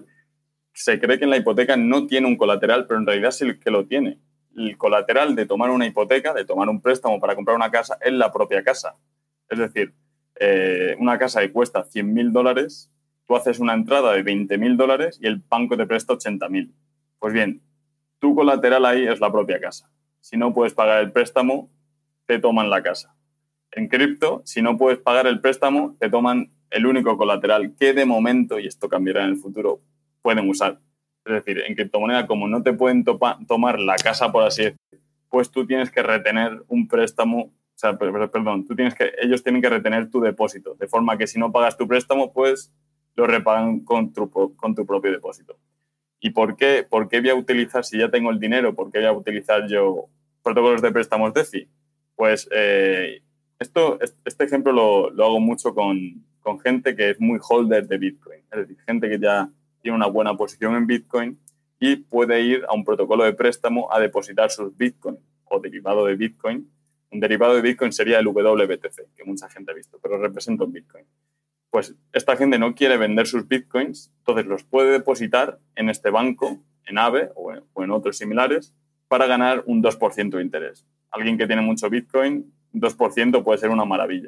se cree que en la hipoteca no tiene un colateral, pero en realidad sí que lo tiene. El colateral de tomar una hipoteca, de tomar un préstamo para comprar una casa, es la propia casa. Es decir, eh, una casa que cuesta cien mil dólares, tú haces una entrada de veinte mil dólares y el banco te presta ochenta mil. Pues bien, tu colateral ahí es la propia casa. Si no puedes pagar el préstamo, te toman la casa. En cripto, si no puedes pagar el préstamo, te toman el único colateral que de momento, y esto cambiará en el futuro, pueden usar. Es decir, en criptomoneda, como no te pueden topa, tomar la casa, por así decirlo, pues tú tienes que retener un préstamo, o sea, perdón, tú tienes que, ellos tienen que retener tu depósito, de forma que si no pagas tu préstamo, pues lo repagan con tu, con tu propio depósito. ¿Y por qué, por qué voy a utilizar, si ya tengo el dinero, por qué voy a utilizar yo protocolos de préstamos DeFi? Pues eh, esto, este ejemplo lo, lo hago mucho con, con gente que es muy holder de Bitcoin, es decir, gente que ya tiene una buena posición en Bitcoin y puede ir a un protocolo de préstamo a depositar sus Bitcoin o derivado de Bitcoin. Un derivado de Bitcoin sería el W B T C, que mucha gente ha visto, pero representa un Bitcoin. Pues esta gente no quiere vender sus Bitcoins, entonces los puede depositar en este banco, en Aave o en, o en otros similares, para ganar un dos por ciento de interés. Alguien que tiene mucho Bitcoin, dos por ciento puede ser una maravilla.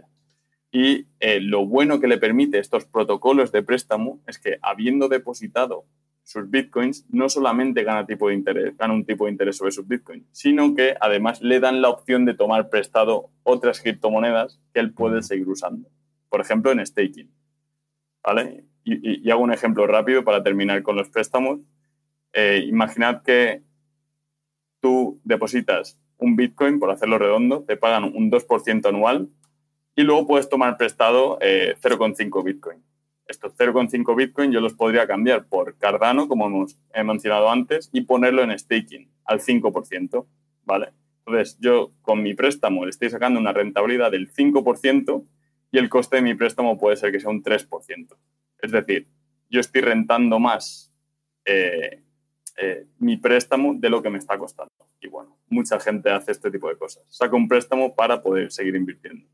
Y eh, lo bueno que le permite estos protocolos de préstamo es que, habiendo depositado sus bitcoins, no solamente gana, tipo de interés, gana un tipo de interés sobre sus bitcoins, sino que además le dan la opción de tomar prestado otras criptomonedas que él puede seguir usando. Por ejemplo, en staking. ¿Vale? Y, y, y hago un ejemplo rápido para terminar con los préstamos. Eh, imaginad que tú depositas un bitcoin, por hacerlo redondo, te pagan un dos por ciento anual y luego puedes tomar prestado eh, cero coma cinco bitcoin. Estos cero coma cinco bitcoin yo los podría cambiar por Cardano, como hemos he mencionado antes, y ponerlo en staking al cinco por ciento, ¿vale? Entonces, yo con mi préstamo le estoy sacando una rentabilidad del cinco por ciento y el coste de mi préstamo puede ser que sea un tres por ciento. Es decir, yo estoy rentando más eh, eh, mi préstamo de lo que me está costando. Y bueno, mucha gente hace este tipo de cosas. Saca un préstamo para poder seguir invirtiendo.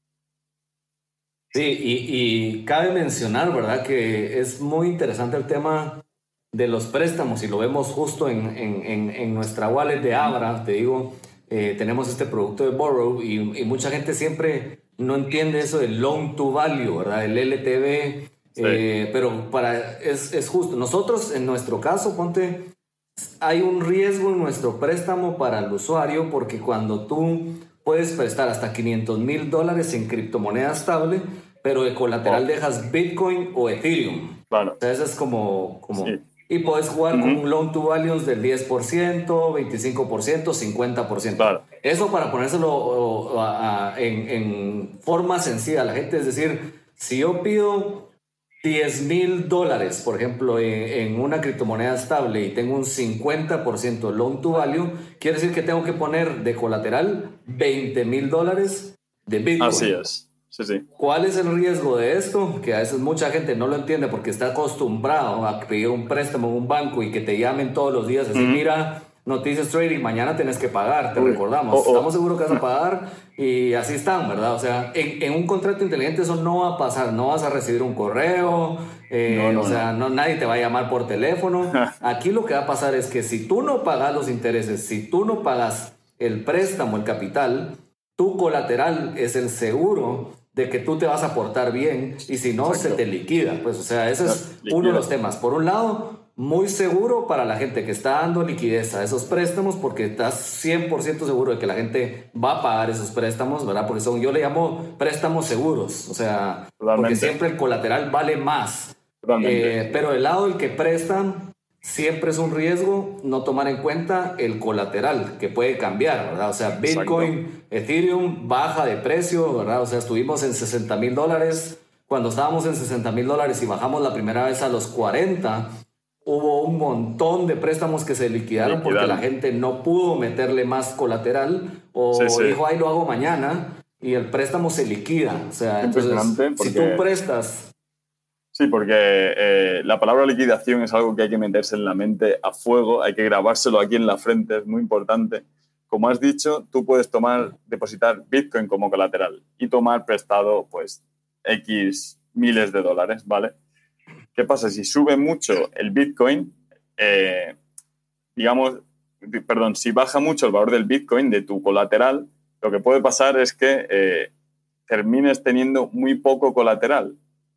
Sí, y, y cabe mencionar, ¿verdad?, que es muy interesante el tema de los préstamos y lo vemos justo en, en, en, en nuestra wallet de Abra. Te digo, eh, tenemos este producto de Borrow y, y mucha gente siempre no entiende eso del loan to value, ¿verdad?, el L T V, sí. eh, pero para, es, es justo. Nosotros, en nuestro caso, ponte, hay un riesgo en nuestro préstamo para el usuario porque cuando tú puedes prestar hasta quinientos mil dólares en criptomoneda estable, pero de colateral oh. dejas Bitcoin o Ethereum. Claro. O sea, eso es como... como sí. Y puedes jugar uh-huh. con un loan to values del diez por ciento, veinticinco por ciento, cincuenta por ciento. Claro. Eso para ponérselo o, a, a, en, en forma sencilla a la gente. Es decir, si yo pido diez mil dólares, por ejemplo, en, en una criptomoneda estable y tengo un cincuenta por ciento loan to value, quiere decir que tengo que poner de colateral veinte mil dólares de Bitcoin. Así es. Sí, sí. ¿Cuál es el riesgo de esto? Que a veces mucha gente no lo entiende porque está acostumbrado a pedir un préstamo en un banco y que te llamen todos los días y decir, mm. mira, Noticias Trading, mañana tienes que pagar, te Uy. recordamos. Oh, oh. Estamos seguros que vas a pagar y así están, ¿verdad? O sea, en, en un contrato inteligente eso no va a pasar. No vas a recibir un correo, eh, no, no, o sea, no. No, nadie te va a llamar por teléfono. Aquí lo que va a pasar es que si tú no pagas los intereses, si tú no pagas el préstamo, el capital, tu colateral es el seguro de que tú te vas a portar bien y si no, Exacto. se te liquida. Pues, o sea, ese es liquida. uno de los temas. Por un lado, muy seguro para la gente que está dando liquidez a esos préstamos porque estás cien por ciento seguro de que la gente va a pagar esos préstamos, ¿verdad? Porque son, yo le llamo préstamos seguros, o sea, Totalmente. porque siempre el colateral vale más. Eh, pero del lado del que prestan, siempre es un riesgo no tomar en cuenta el colateral que puede cambiar, ¿verdad? O sea, Bitcoin, Exacto. Ethereum baja de precio, ¿verdad? O sea, estuvimos en sesenta mil dólares. Cuando estábamos en sesenta mil dólares y bajamos la primera vez a los cuarenta, hubo un montón de préstamos que se liquidaron, liquidaron. porque la gente no pudo meterle más colateral o sí, sí. dijo, ay, lo hago mañana y el préstamo se liquida. O sea, entonces, porque... si tú prestas... Sí, porque eh, la palabra liquidación es algo que hay que meterse en la mente a fuego, hay que grabárselo aquí en la frente, es muy importante. Como has dicho, tú puedes tomar, depositar Bitcoin como colateral y tomar prestado, pues, X miles de dólares, ¿vale? ¿Qué pasa? Si sube mucho el Bitcoin, eh, digamos, perdón, si baja mucho el valor del Bitcoin, de tu colateral, lo que puede pasar es que eh, termines teniendo muy poco colateral.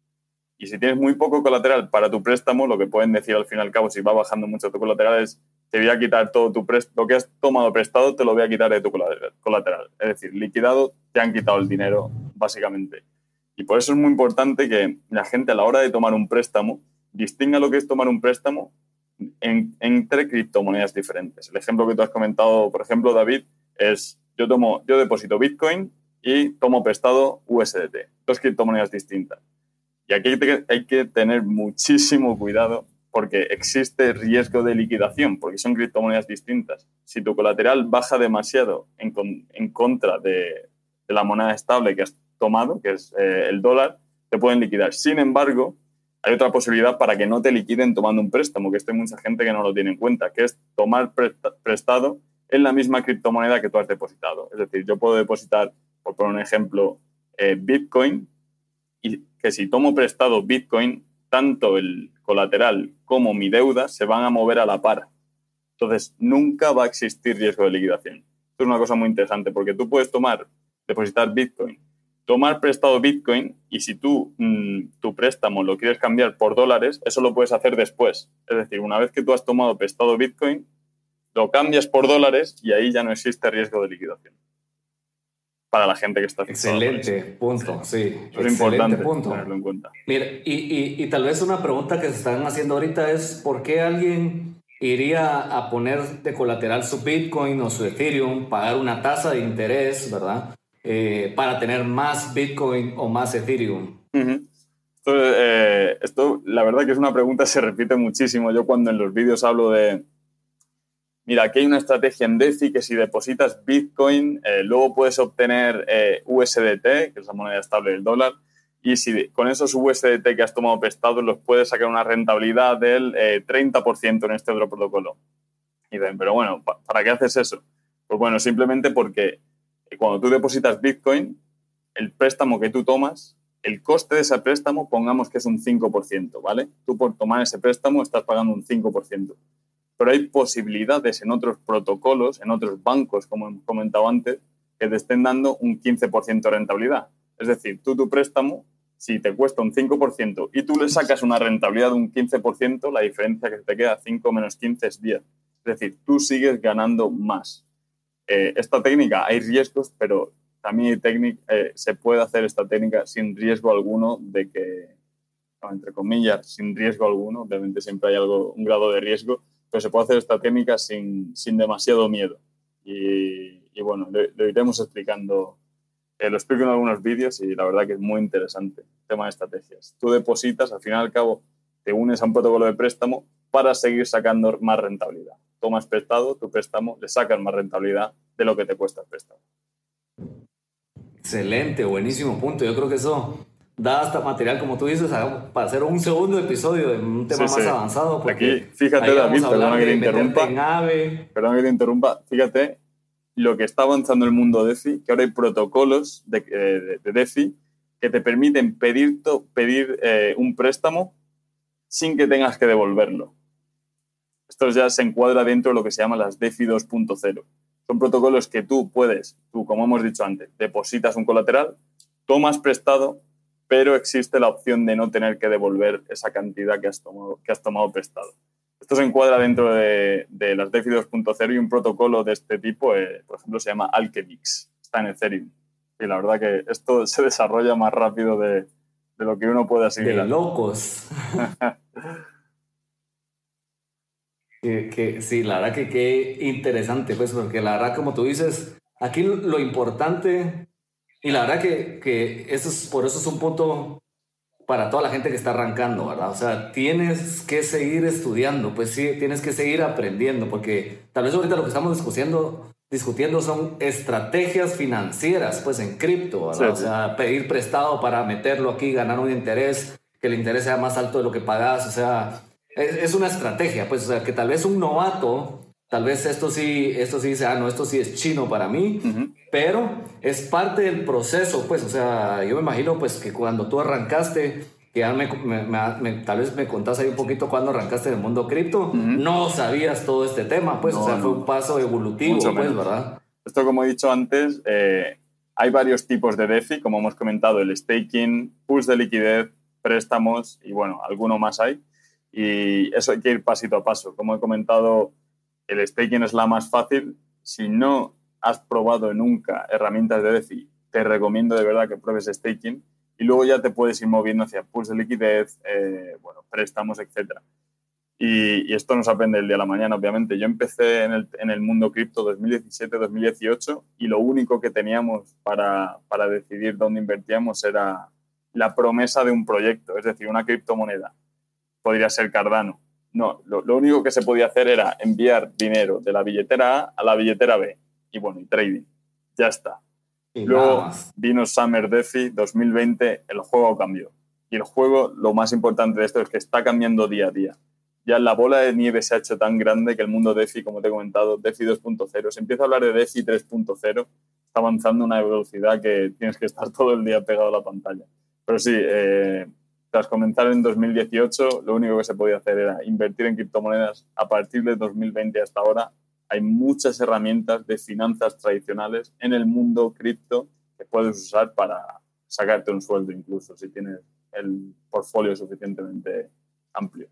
Y si tienes muy poco colateral para tu préstamo, lo que pueden decir al fin y al cabo, si va bajando mucho tu colateral, es te voy a quitar todo tu préstamo, lo que has tomado prestado te lo voy a quitar de tu colateral. Es decir, liquidado, te han quitado el dinero, básicamente. Y por eso es muy importante que la gente a la hora de tomar un préstamo distinga lo que es tomar un préstamo en, entre criptomonedas diferentes. El ejemplo que tú has comentado, por ejemplo, David, es yo, tomo, yo deposito Bitcoin y tomo prestado U S D T, dos criptomonedas distintas. Y aquí hay que tener muchísimo cuidado porque existe riesgo de liquidación, porque son criptomonedas distintas. Si tu colateral baja demasiado en, con, en contra de, de la moneda estable que has tomado, que es eh, el dólar, te pueden liquidar. Sin embargo, hay otra posibilidad para que no te liquiden tomando un préstamo, que esto hay mucha gente que no lo tiene en cuenta, que es tomar presta, prestado en la misma criptomoneda que tú has depositado. Es decir, yo puedo depositar, por poner un ejemplo, eh, Bitcoin, y que si tomo prestado Bitcoin, tanto el colateral como mi deuda se van a mover a la par. Entonces, nunca va a existir riesgo de liquidación. Esto es una cosa muy interesante porque tú puedes tomar, depositar Bitcoin, tomar prestado Bitcoin y si tú mmm, tu préstamo lo quieres cambiar por dólares, eso lo puedes hacer después. Es decir, una vez que tú has tomado prestado Bitcoin, lo cambias por dólares y ahí ya no existe riesgo de liquidación. Para la gente que está afectada. Excelente punto, sí. Es excelente importante punto. tenerlo en cuenta. Mira, y, y, y tal vez una pregunta que se están haciendo ahorita es ¿por qué alguien iría a poner de colateral su Bitcoin o su Ethereum, pagar una tasa de interés, ¿verdad? Eh, para tener más Bitcoin o más Ethereum. Uh-huh. Esto, eh, esto, la verdad que es una pregunta que se repite muchísimo. Yo cuando en los vídeos hablo de, mira, aquí hay una estrategia en DeFi que si depositas Bitcoin, eh, luego puedes obtener eh, U S D T, que es la moneda estable del dólar, y si con esos U S D T que has tomado prestados los puedes sacar una rentabilidad del eh, treinta por ciento en este otro protocolo. Y dicen, pero bueno, ¿para qué haces eso? Pues bueno, simplemente porque cuando tú depositas Bitcoin, el préstamo que tú tomas, el coste de ese préstamo, pongamos que es un cinco por ciento, ¿vale? Tú por tomar ese préstamo estás pagando un cinco por ciento. Pero hay posibilidades en otros protocolos, en otros bancos, como hemos comentado antes, que te estén dando un quince por ciento de rentabilidad. Es decir, tú tu préstamo, si te cuesta un cinco por ciento y tú le sacas una rentabilidad de un quince por ciento, la diferencia que te queda cinco menos quince es diez. Es decir, tú sigues ganando más. Eh, esta técnica hay riesgos, pero también hay técnica, eh, se puede hacer esta técnica sin riesgo alguno de que, no, entre comillas, sin riesgo alguno, obviamente siempre hay algo, un grado de riesgo, pero se puede hacer esta técnica sin, sin demasiado miedo. Y, y bueno, lo, lo iremos explicando, eh, lo explico en algunos vídeos y la verdad que es muy interesante el tema de estrategias. Tú depositas, al fin y al cabo, te unes a un protocolo de préstamo para seguir sacando más rentabilidad. Tomas prestado, tu préstamo, le sacas más rentabilidad de lo que te cuesta el préstamo. Excelente, buenísimo punto. Yo creo que eso da hasta material, como tú dices, para hacer un segundo episodio de un tema sí, más sí. avanzado. Aquí, fíjate, David, perdona que te interrumpa. Perdona que te interrumpa. Fíjate lo que está avanzando el mundo DeFi, que ahora hay protocolos de, de, de DeFi que te permiten pedir, pedir eh, un préstamo sin que tengas que devolverlo. Esto ya se encuadra dentro de lo que se llama las DeFi dos punto cero. Son protocolos que tú puedes, tú como hemos dicho antes, depositas un colateral, tomas prestado, pero existe la opción de no tener que devolver esa cantidad que has tomado, que has tomado prestado. Esto se encuadra dentro de, de las DeFi dos punto cero y un protocolo de este tipo, eh, por ejemplo, se llama Alchemix. Está en Ethereum. Y la verdad que esto se desarrolla más rápido de, de lo que uno puede asimilar. De locos. Que, que, sí, la verdad que qué interesante, pues, porque la verdad, como tú dices, aquí lo importante, y la verdad que, que eso es, por eso es un punto para toda la gente que está arrancando, ¿verdad? O sea, tienes que seguir estudiando, pues sí, tienes que seguir aprendiendo, porque tal vez ahorita lo que estamos discutiendo, discutiendo son estrategias financieras, pues, en cripto, ¿verdad? Sí, sí. O sea, pedir prestado para meterlo aquí, ganar un interés, que el interés sea más alto de lo que pagas, o sea... Es una estrategia, pues, o sea, que tal vez un novato, tal vez esto sí, esto sí dice, ah, no, esto sí es chino para mí, uh-huh. pero es parte del proceso, pues, o sea, yo me imagino, pues, que cuando tú arrancaste, que ya me, me, me, tal vez me contás ahí un poquito cuando arrancaste en el mundo cripto, uh-huh. no sabías todo este tema, pues, no, o sea, no. fue un paso evolutivo, Mucho pues, menos. ¿verdad? Esto, como he dicho antes, eh, hay varios tipos de DeFi, como hemos comentado, el staking, pools de liquidez, préstamos y, bueno, alguno más hay. Y eso hay que ir pasito a paso. Como he comentado, el staking es la más fácil. Si no has probado nunca herramientas de DeFi, te recomiendo de verdad que pruebes staking y luego ya te puedes ir moviendo hacia pools de liquidez, eh, bueno, préstamos, etcétera. Y, y esto no se aprende el día a la mañana, obviamente. Yo empecé en el, en el mundo cripto dos mil diecisiete dos mil dieciocho y lo único que teníamos para, para decidir dónde invertíamos era la promesa de un proyecto, es decir, una criptomoneda. Podría ser Cardano. No, lo, lo único que se podía hacer era enviar dinero de la billetera A a la billetera B. Y bueno, y trading. Ya está. Y Luego vino Summer DeFi dos mil veinte, el juego cambió. Y el juego, lo más importante de esto es que está cambiando día a día. Ya la bola de nieve se ha hecho tan grande que el mundo DeFi, como te he comentado, DeFi dos punto cero, se empieza a hablar de DeFi tres punto cero, está avanzando a una velocidad que tienes que estar todo el día pegado a la pantalla. Pero sí, eh, tras comenzar en dos mil dieciocho, lo único que se podía hacer era invertir en criptomonedas. A partir de dos mil veinte hasta ahora, hay muchas herramientas de finanzas tradicionales en el mundo cripto que puedes usar para, sacarte un sueldo incluso si tienes el portfolio suficientemente amplio.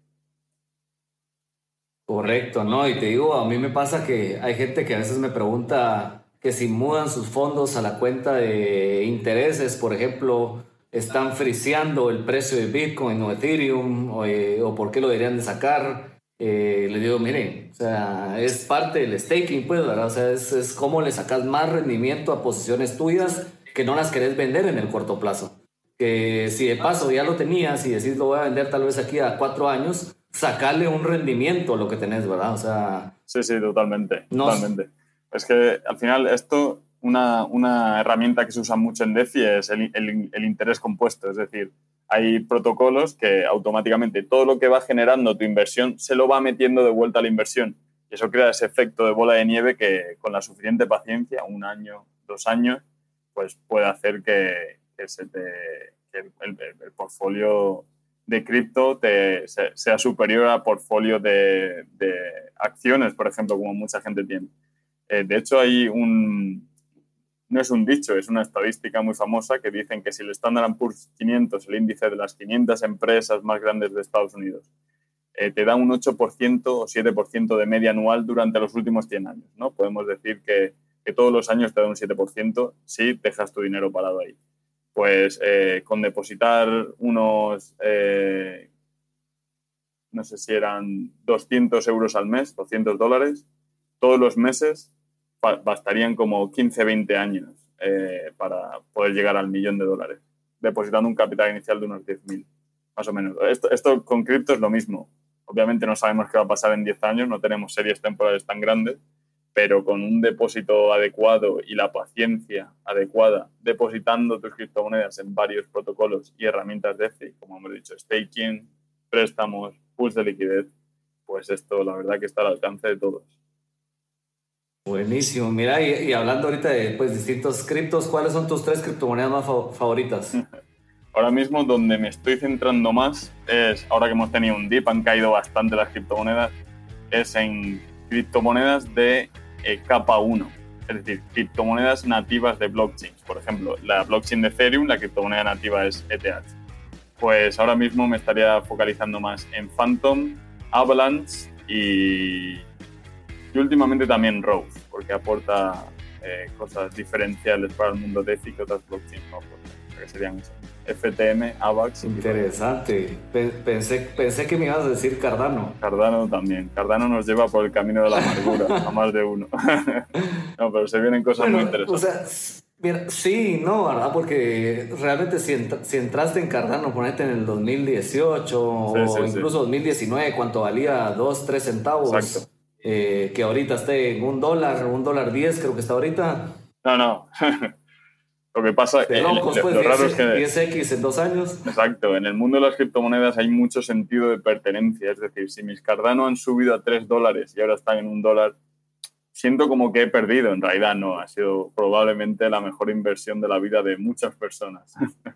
Correcto, ¿no? Y te digo, a mí me pasa que hay gente que a veces me pregunta que si mudan sus fondos a la cuenta de intereses, por ejemplo, están friseando el precio de Bitcoin o Ethereum o, eh, o por qué lo deberían de sacar. Eh, le digo, miren, o sea, es parte del staking, pues, ¿verdad? O sea, es, es cómo le sacas más rendimiento a posiciones tuyas que no las querés vender en el corto plazo. Que si de paso ya lo tenías y decís lo voy a vender tal vez aquí a cuatro años, sacarle un rendimiento a lo que tenés, ¿verdad? O sea... Sí, sí, totalmente, no, totalmente. Es que al final esto, una, una herramienta que se usa mucho en DeFi es el, el, el interés compuesto, es decir, hay protocolos que automáticamente todo lo que va generando tu inversión se lo va metiendo de vuelta a la inversión. Y eso crea ese efecto de bola de nieve que con la suficiente paciencia, un año, dos años, pues puede hacer que, que, se te, que el, el, el portfolio de cripto te, sea superior al portfolio de, de acciones, por ejemplo, como mucha gente tiene. Eh, de hecho, hay un... No es un dicho, es una estadística muy famosa que dicen que si el Standard and Poor's quinientos, el índice de las quinientas empresas más grandes de Estados Unidos, eh, te da un ocho por ciento o siete por ciento de media anual durante los últimos cien años, ¿no? Podemos decir que, que todos los años te da un siete por ciento si dejas tu dinero parado ahí. Pues eh, con depositar unos, eh, no sé si eran doscientos euros al mes, doscientos dólares, todos los meses bastarían como quince, veinte años eh, para poder llegar al millón de dólares, depositando un capital inicial de unos diez mil, más o menos. Esto, esto con cripto es lo mismo. Obviamente no sabemos qué va a pasar en diez años, no tenemos series temporales tan grandes, pero con un depósito adecuado y la paciencia adecuada, depositando tus criptomonedas en varios protocolos y herramientas DeFi, como hemos dicho, staking, préstamos, pools de liquidez, pues esto la verdad que está al alcance de todos. Buenísimo. Mira, y, y hablando ahorita de pues, distintos criptos, ¿cuáles son tus tres criptomonedas más fa- favoritas? Ahora mismo donde me estoy centrando más es, ahora que hemos tenido un dip, han caído bastante las criptomonedas, es en criptomonedas de eh, capa uno, es decir, criptomonedas nativas de blockchains. Por ejemplo, la blockchain de Ethereum, la criptomoneda nativa es E T H. Pues ahora mismo me estaría focalizando más en Phantom, Avalanche y, y últimamente también Rose, porque aporta eh, cosas diferenciales para el mundo DeFi que otras blockchains no aportan, que serían F T M, AVAX. Interesante. Pensé, pensé que me ibas a decir Cardano. Cardano también. Cardano nos lleva por el camino de la amargura, a más de uno. No, pero se vienen cosas bueno, muy interesantes. O sea, mira, sí, no, ¿verdad? Porque realmente si, entra, si entraste en Cardano, ponete en el dos mil dieciocho sí, o sí, incluso sí. dos mil diecinueve, cuánto valía dos, tres centavos. Exacto. Eh, que ahorita esté en un dólar, un dólar diez creo que está ahorita. No, no. Lo que pasa es locos, el, pues, lo diez, raro es que diez equis en dos años. Exacto, en el mundo de las criptomonedas hay mucho sentido de pertenencia, es decir, si mis Cardano han subido a tres dólares y ahora están en un dólar, siento como que he perdido, en realidad no, ha sido probablemente la mejor inversión de la vida de muchas personas.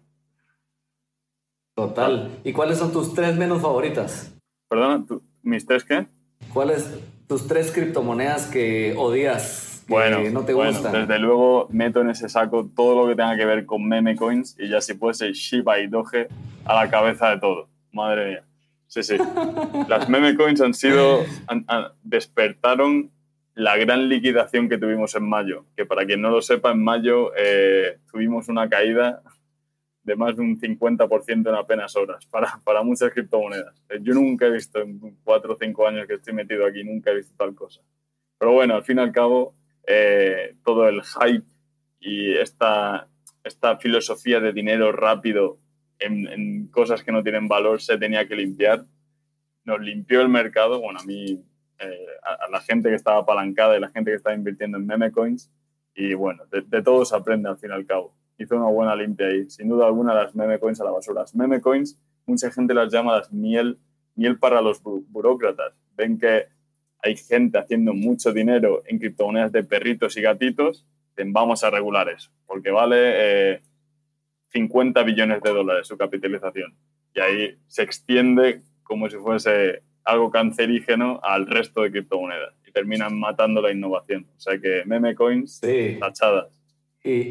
Total. ¿Y cuáles son tus tres menos favoritas? Perdona, ¿tú, ¿mis tres qué? ¿Cuáles tus tres criptomonedas que odias? Que bueno, no te bueno, gustan. Desde luego meto en ese saco todo lo que tenga que ver con meme coins y ya si fuese Shiba y Doge a la cabeza de todo. Madre mía. Sí, sí. Las meme coins han sido, han, han, despertaron la gran liquidación que tuvimos en mayo. Que para quien no lo sepa, en mayo eh, tuvimos una caída de más de un cincuenta por ciento en apenas horas para, para muchas criptomonedas. Yo nunca he visto en cuatro o cinco años que estoy metido aquí, nunca he visto tal cosa. Pero bueno, al fin y al cabo, Eh, todo el hype y esta, esta filosofía de dinero rápido en, en cosas que no tienen valor se tenía que limpiar. Nos limpió el mercado, bueno, a mí, eh, a, a la gente que estaba apalancada y la gente que estaba invirtiendo en meme coins y bueno, de, de todo se aprende al fin y al cabo. Hizo una buena limpia ahí. Sin duda alguna, las meme coins a la basura. Las meme coins, mucha gente las llama las miel, miel para los bu- burócratas. Ven que hay gente haciendo mucho dinero en criptomonedas de perritos y gatitos, vamos a regular eso, porque vale eh, cincuenta billones de dólares su capitalización. Y ahí se extiende como si fuese algo cancerígeno al resto de criptomonedas y terminan matando la innovación. O sea que meme coins, sí. tachadas. Y,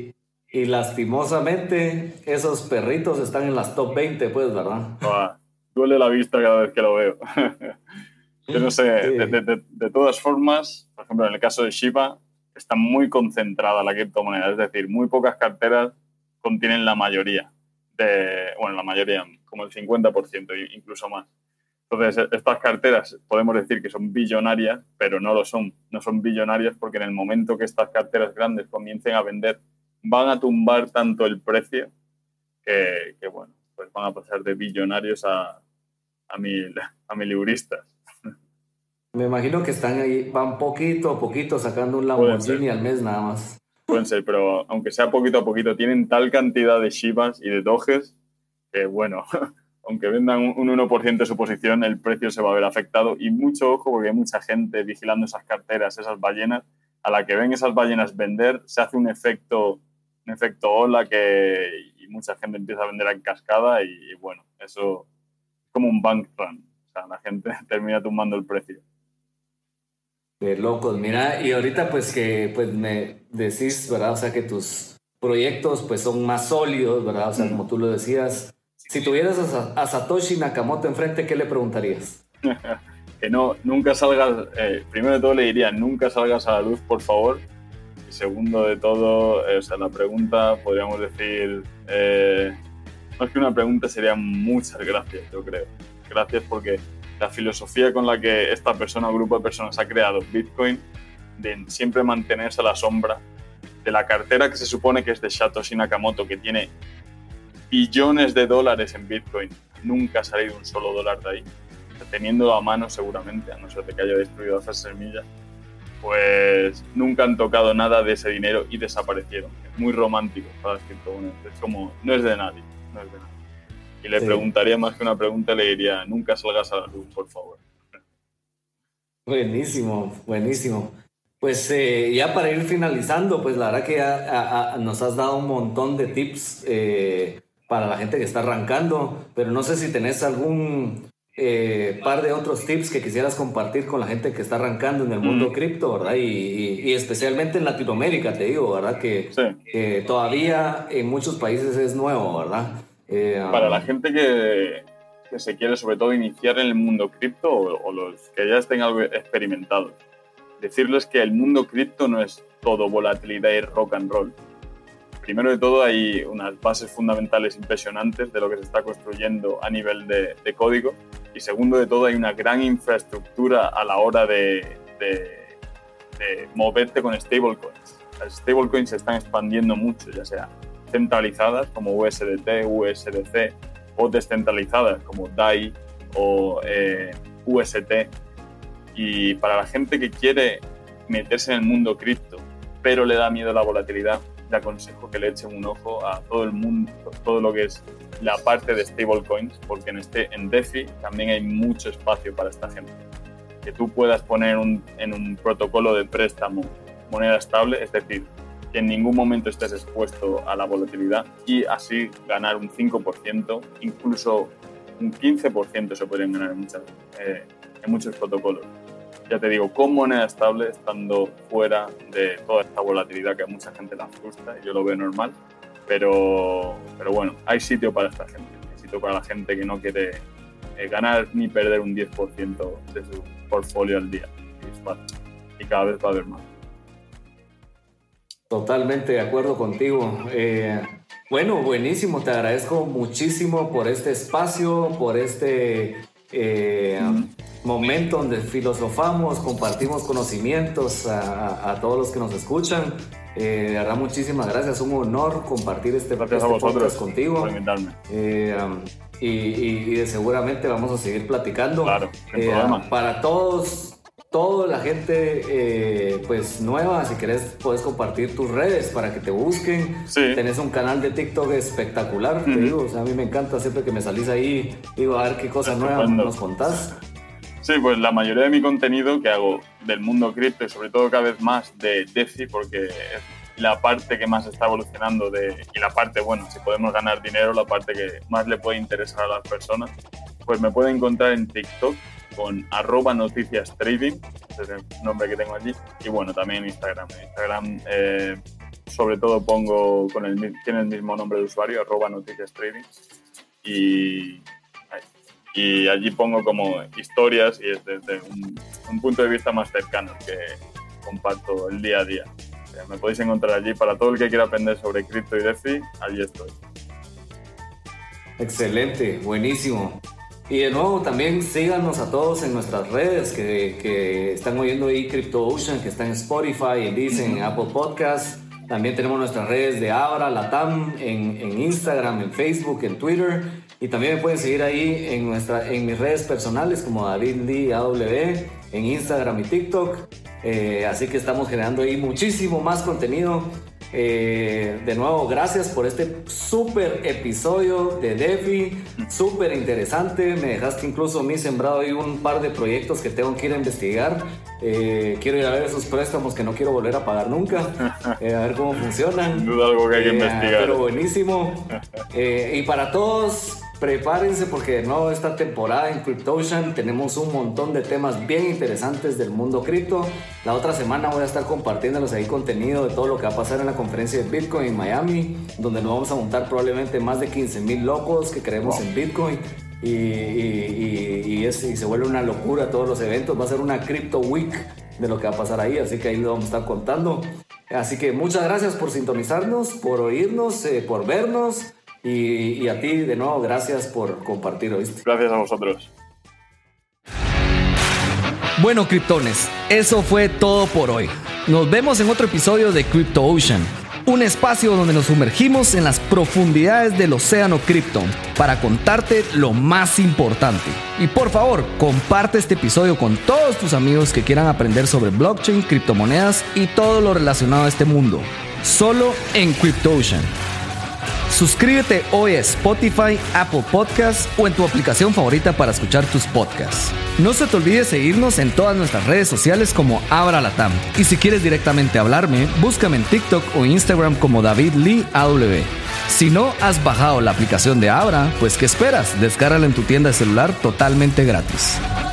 y lastimosamente esos perritos están en las top veinte, pues, ¿verdad? Ah, duele la vista cada vez que lo veo. Yo no sé, Sí. de, de, de, de todas formas, por ejemplo, en el caso de Shiba, está muy concentrada la criptomoneda, es decir, muy pocas carteras contienen la mayoría, de, bueno, la mayoría, como el cincuenta por ciento, incluso más. Entonces, estas carteras podemos decir que son billonarias, pero no lo son. No son billonarias porque en el momento que estas carteras grandes comiencen a vender, van a tumbar tanto el precio que, que bueno, pues van a pasar de billonarios a, a, mil, a mileuristas. Me imagino que están ahí, van poquito a poquito sacando un Lamborghini al mes nada más. Pueden ser, pero aunque sea poquito a poquito, tienen tal cantidad de Shibas y de Doges que, bueno, aunque vendan un uno por ciento de su posición, el precio se va a ver afectado. Y mucho ojo, porque hay mucha gente vigilando esas carteras, esas ballenas. A la que ven esas ballenas vender, se hace un efecto, un efecto ola que, y mucha gente empieza a vender en cascada y, y bueno, eso es como un bank run. O sea, la gente termina tumbando el precio. De locos, mira, y ahorita pues que pues me decís, ¿verdad? O sea, que tus proyectos pues son más sólidos, ¿verdad? O sea, como tú lo decías, si tuvieras a, a Satoshi Nakamoto enfrente, ¿qué le preguntarías? Que no, nunca salgas, eh, primero de todo le diría, nunca salgas a la luz, por favor. Y segundo de todo, eh, o sea, la pregunta, podríamos decir, eh, más que una pregunta, serían muchas gracias, yo creo. Gracias porque la filosofía con la que esta persona o grupo de personas ha creado Bitcoin, de siempre mantenerse a la sombra de la cartera que se supone que es de Satoshi Nakamoto, que tiene billones de dólares en Bitcoin, nunca ha salido un solo dólar de ahí, teniéndolo a mano seguramente, a no ser de que haya destruido esas semillas, pues nunca han tocado nada de ese dinero y desaparecieron. Es muy romántico para las criptomonedas, es como, no es de nadie, no es de nadie. Y le sí. preguntaría más que una pregunta, le diría, nunca salgas a la luz, por favor. Buenísimo, buenísimo. Pues eh, ya para ir finalizando, pues la verdad que ya, a, a, nos has dado un montón de tips eh, para la gente que está arrancando, pero no sé si tenés algún eh, par de otros tips que quisieras compartir con la gente que está arrancando en el mundo mm. cripto, ¿verdad? Y, y, y especialmente en Latinoamérica, te digo, ¿verdad? Que, sí. que todavía en muchos países es nuevo, ¿verdad? Eh, Para um... la gente que, que se quiere sobre todo iniciar en el mundo cripto o, o los que ya estén algo experimentados, decirles que el mundo cripto no es todo volatilidad y rock and roll. Primero de todo hay unas bases fundamentales impresionantes de lo que se está construyendo a nivel de, de código y segundo de todo hay una gran infraestructura a la hora de, de, de moverte con stablecoins. Las stablecoins se están expandiendo mucho, ya sea centralizadas como U S D T, U S D C o descentralizadas como D A I o eh, U S T. Y para la gente que quiere meterse en el mundo cripto pero le da miedo la volatilidad, le aconsejo que le echen un ojo a todo el mundo, todo lo que es la parte de stablecoins, porque en, este, en DeFi también hay mucho espacio para esta gente. Que tú puedas poner un, en un protocolo de préstamo moneda estable, es decir, que en ningún momento estés expuesto a la volatilidad y así ganar un cinco por ciento, incluso un quince por ciento se pueden ganar en, muchas, eh, en muchos protocolos. Ya te digo, con moneda estable, estando fuera de toda esta volatilidad que a mucha gente la frustra, y yo lo veo normal, pero, pero bueno, hay sitio para esta gente, hay sitio para la gente que no quiere eh, ganar ni perder un diez por ciento de su portfolio al día, y cada vez va a haber más. Totalmente de acuerdo contigo. Eh, bueno, buenísimo. Te agradezco muchísimo por este espacio, por este eh, mm. momento donde filosofamos, compartimos conocimientos a, a, a todos los que nos escuchan. Eh, de verdad, muchísimas gracias. Un honor compartir este, gracias este a vosotros contigo. Por invitarme. Eh, um, y, y, y de seguramente vamos a seguir platicando. Claro, sin eh, problema. Para todos... Toda la gente eh, pues nueva, si querés puedes compartir tus redes para que te busquen. Sí. Tenés un canal de TikTok espectacular, mm-hmm. te digo, o sea, a mí me encanta siempre que me salís ahí, digo, a ver qué cosa nueva nos contás. Sí, pues la mayoría de mi contenido que hago del mundo cripto y sobre todo cada vez más de DeFi, porque es la parte que más está evolucionando de, y la parte, bueno, si podemos ganar dinero, la parte que más le puede interesar a las personas, pues me pueden encontrar en TikTok con arroba noticias trading, ese es el nombre que tengo allí, y bueno, también en Instagram. En Instagram eh, sobre todo pongo con el tiene el mismo nombre de usuario, arroba noticias trading, y, y allí pongo como historias y es desde un, un punto de vista más cercano que comparto el día a día. O sea, me podéis encontrar allí para todo el que quiera aprender sobre cripto y DeFi, allí estoy. Excelente, buenísimo. Y de nuevo también síganos a todos en nuestras redes que, que están oyendo ahí CryptoOcean, que está en Spotify, en Deezer, en Apple Podcasts. También tenemos nuestras redes de Abra, Latam, en, en Instagram, en Facebook, en Twitter. Y también me pueden seguir ahí en, nuestra, en mis redes personales como David Lee A W, en Instagram y TikTok. Eh, así que estamos generando ahí muchísimo más contenido. Eh, de nuevo, gracias por este súper episodio de DeFi, súper interesante. Me dejaste incluso a mí sembrado ahí un par de proyectos que tengo que ir a investigar. Eh, quiero ir a ver esos préstamos que no quiero volver a pagar nunca, eh, a ver cómo funcionan. Sin duda algo que hay que eh, investigar. Pero buenísimo. Eh, y para todos, prepárense porque de nuevo esta temporada en CryptoOcean tenemos un montón de temas bien interesantes del mundo cripto. La otra semana voy a estar compartiéndoles ahí contenido de todo lo que va a pasar en la conferencia de Bitcoin en Miami, donde nos vamos a montar probablemente más de quince mil locos que creemos wow. en Bitcoin. Y, y, y, y, es, y se vuelve una locura todos los eventos. Va a ser una Crypto Week de lo que va a pasar ahí, así que ahí lo vamos a estar contando. Así que muchas gracias por sintonizarnos, por oírnos, eh, por vernos. Y, y a ti, de nuevo, gracias por compartir, ¿oíste? Gracias a vosotros. Bueno, criptones, eso fue todo por hoy. Nos vemos en otro episodio de CryptoOcean, un espacio donde nos sumergimos en las profundidades del océano cripto para contarte lo más importante. Y por favor, comparte este episodio con todos tus amigos que quieran aprender sobre blockchain, criptomonedas y todo lo relacionado a este mundo. Solo en CryptoOcean. Suscríbete hoy a Spotify, Apple Podcasts o en tu aplicación favorita para escuchar tus podcasts. No se te olvide seguirnos en todas nuestras redes sociales como Abra Latam. Y si quieres directamente hablarme, búscame en TikTok o Instagram como David Lee A W. Si no has bajado la aplicación de Abra, pues ¿qué esperas? Descárgala en tu tienda de celular totalmente gratis.